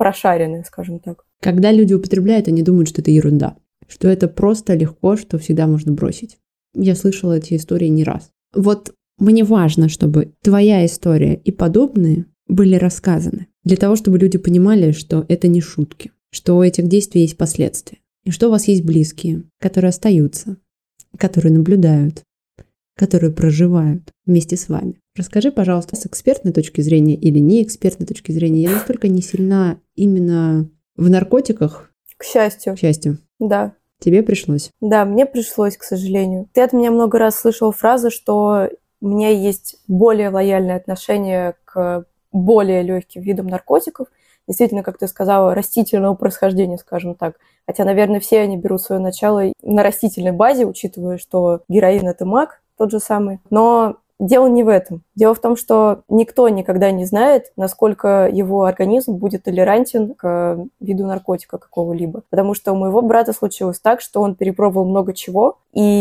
прошаренная, скажем так. Когда люди употребляют, они думают, что это ерунда, что это просто легко, что всегда можно бросить. Я слышала эти истории не раз. Вот мне важно, чтобы твоя история и подобные были рассказаны, для того, чтобы люди понимали, что это не шутки, что у этих действий есть последствия, и что у вас есть близкие, которые остаются, которые наблюдают, которые проживают вместе с вами. Расскажи, пожалуйста, с экспертной точки зрения или не экспертной точки зрения. Я настолько не сильна именно в наркотиках. К счастью. К счастью. Да. Тебе пришлось? Да, мне пришлось, к сожалению. Ты от меня много раз слышала фразу, что у меня есть более лояльное отношение к более легким видам наркотиков. Действительно, как ты сказала, растительного происхождения, скажем так. Хотя, наверное, все они берут свое начало на растительной базе, учитывая, что героин – это мак тот же самый. Но дело не в этом. Дело в том, что никто никогда не знает, насколько его организм будет толерантен к виду наркотика какого-либо. Потому что у моего брата случилось так, что он перепробовал много чего,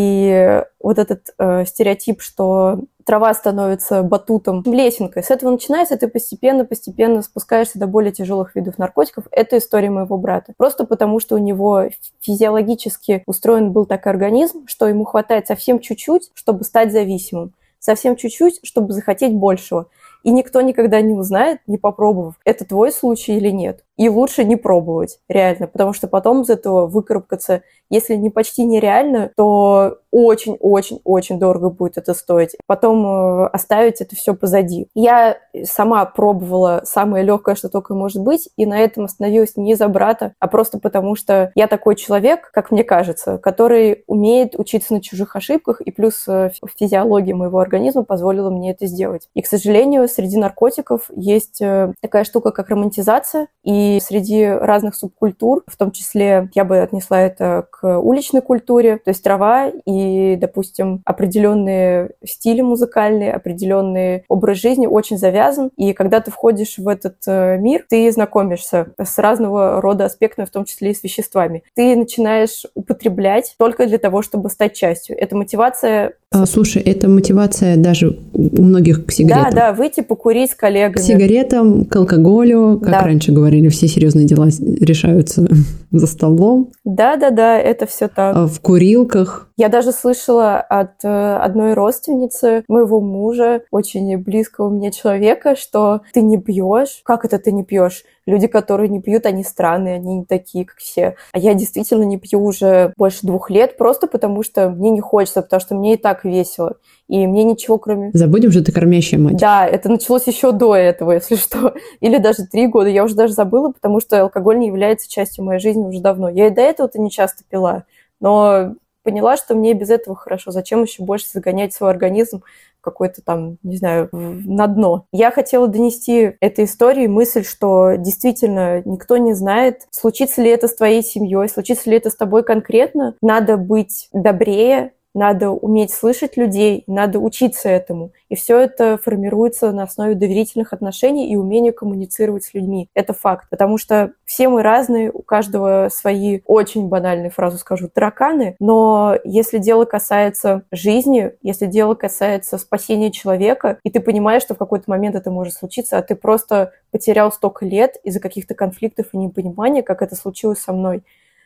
и вот этот стереотип, что трава становится батутом, лесенкой, с этого начинается, ты постепенно спускаешься до более тяжелых видов наркотиков. Это история моего брата. Просто потому, что у него физиологически устроен был так организм, что ему хватает совсем чуть-чуть, чтобы стать зависимым. Совсем чуть-чуть, чтобы захотеть большего. И никто никогда не узнает, не попробовав, это твой случай или нет. И лучше не пробовать, реально, потому что потом из этого выкарабкаться, если не почти нереально, то очень-очень-очень дорого будет это стоить. Потом оставить это все позади. Я сама пробовала самое легкое, что только может быть, и на этом остановилась не из-за брата, а просто потому, что я такой человек, как мне кажется, который умеет учиться на чужих ошибках, и плюс физиология моего организма позволила мне это сделать. И, к сожалению, среди наркотиков есть такая штука, как романтизация, и среди разных субкультур, в том числе я бы отнесла это к уличной культуре, то есть трава и, допустим, определенные стили музыкальные, определенный образ жизни очень завязан, и когда ты входишь в этот мир, ты знакомишься с разного рода аспектами, в том числе и с веществами. Ты начинаешь употреблять только для того, чтобы стать частью. Это мотивация... Слушай, это мотивация даже у многих к сигаретам. Да, выйти покурить с коллегами. К сигаретам, к алкоголю, как раньше говорили, все серьезные дела решаются за столом. Да, это все так. В курилках. Я даже слышала от одной родственницы моего мужа, очень близкого мне человека, что ты не пьешь. Как это ты не пьешь? Люди, которые не пьют, они странные, они не такие, как все. А я действительно не пью уже больше 2 лет, просто потому что мне не хочется, потому что мне и так весело. И мне ничего кроме... Забудем, что ты кормящая мать. Да, это началось еще до этого, если что. Или даже 3 года. Я уже даже забыла, потому что алкоголь не является частью моей жизни уже давно. Я и до этого-то не часто пила, но поняла, что мне без этого хорошо. Зачем еще больше загонять свой организм какой-то там, не знаю, на дно. Я хотела донести этой истории мысль, что действительно никто не знает, случится ли это с твоей семьей, случится ли это с тобой конкретно. Надо быть добрее, надо уметь слышать людей, надо учиться этому. И все это формируется на основе доверительных отношений и умения коммуницировать с людьми. Это факт. Потому что все мы разные, у каждого свои, очень банальные фразы скажу, тараканы. Но если дело касается жизни, если дело касается спасения человека, и ты понимаешь, что в какой-то момент это может случиться, а ты просто потерял столько лет из-за каких-то конфликтов и непонимания, как это случилось со мной,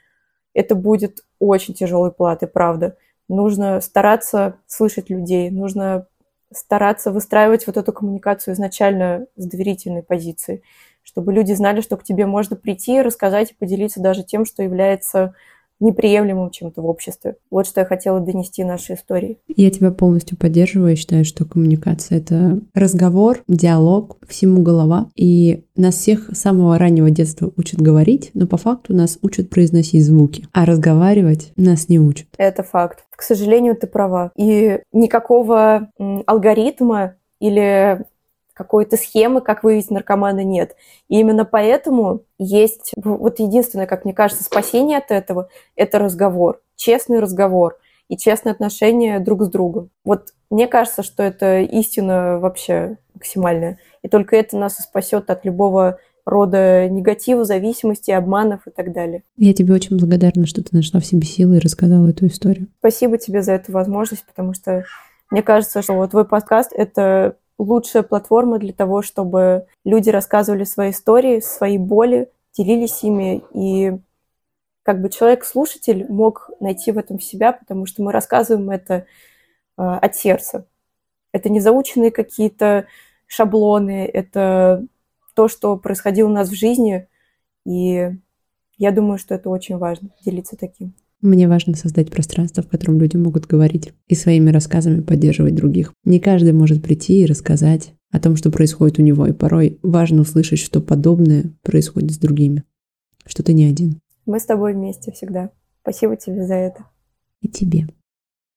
это будет очень тяжелой платой, правда. Нужно стараться слышать людей, нужно стараться выстраивать вот эту коммуникацию изначально с доверительной позиции, чтобы люди знали, что к тебе можно прийти, рассказать и поделиться даже тем, что является неприемлемым чем-то в обществе. Вот что я хотела донести нашей истории. Я тебя полностью поддерживаю. Я считаю, что коммуникация — это разговор, диалог, всему голова. И нас всех с самого раннего детства учат говорить, но по факту нас учат произносить звуки, а разговаривать нас не учат. Это факт. К сожалению, ты права. И никакого алгоритма или какой-то схемы, как выявить наркомана, нет. И именно поэтому есть вот единственное, как мне кажется, спасение от этого – это разговор, честный разговор и честные отношения друг с другом. Вот мне кажется, что это истина вообще максимальная. И только это нас и спасет от любого рода негатива, зависимости, обманов и так далее. Я тебе очень благодарна, что ты нашла в себе силы и рассказала эту историю. Спасибо тебе за эту возможность, потому что мне кажется, что вот твой подкаст – это лучшая платформа для того, чтобы люди рассказывали свои истории, свои боли, делились ими, и как бы человек-слушатель мог найти в этом себя, потому что мы рассказываем это от сердца. Это не заученные какие-то шаблоны, это то, что происходило у нас в жизни, и я думаю, что это очень важно, делиться таким. Мне важно создать пространство, в котором люди могут говорить и своими рассказами поддерживать других. Не каждый может прийти и рассказать о том, что происходит у него, и порой важно услышать, что подобное происходит с другими, что ты не один. Мы с тобой вместе всегда. Спасибо тебе за это. И тебе.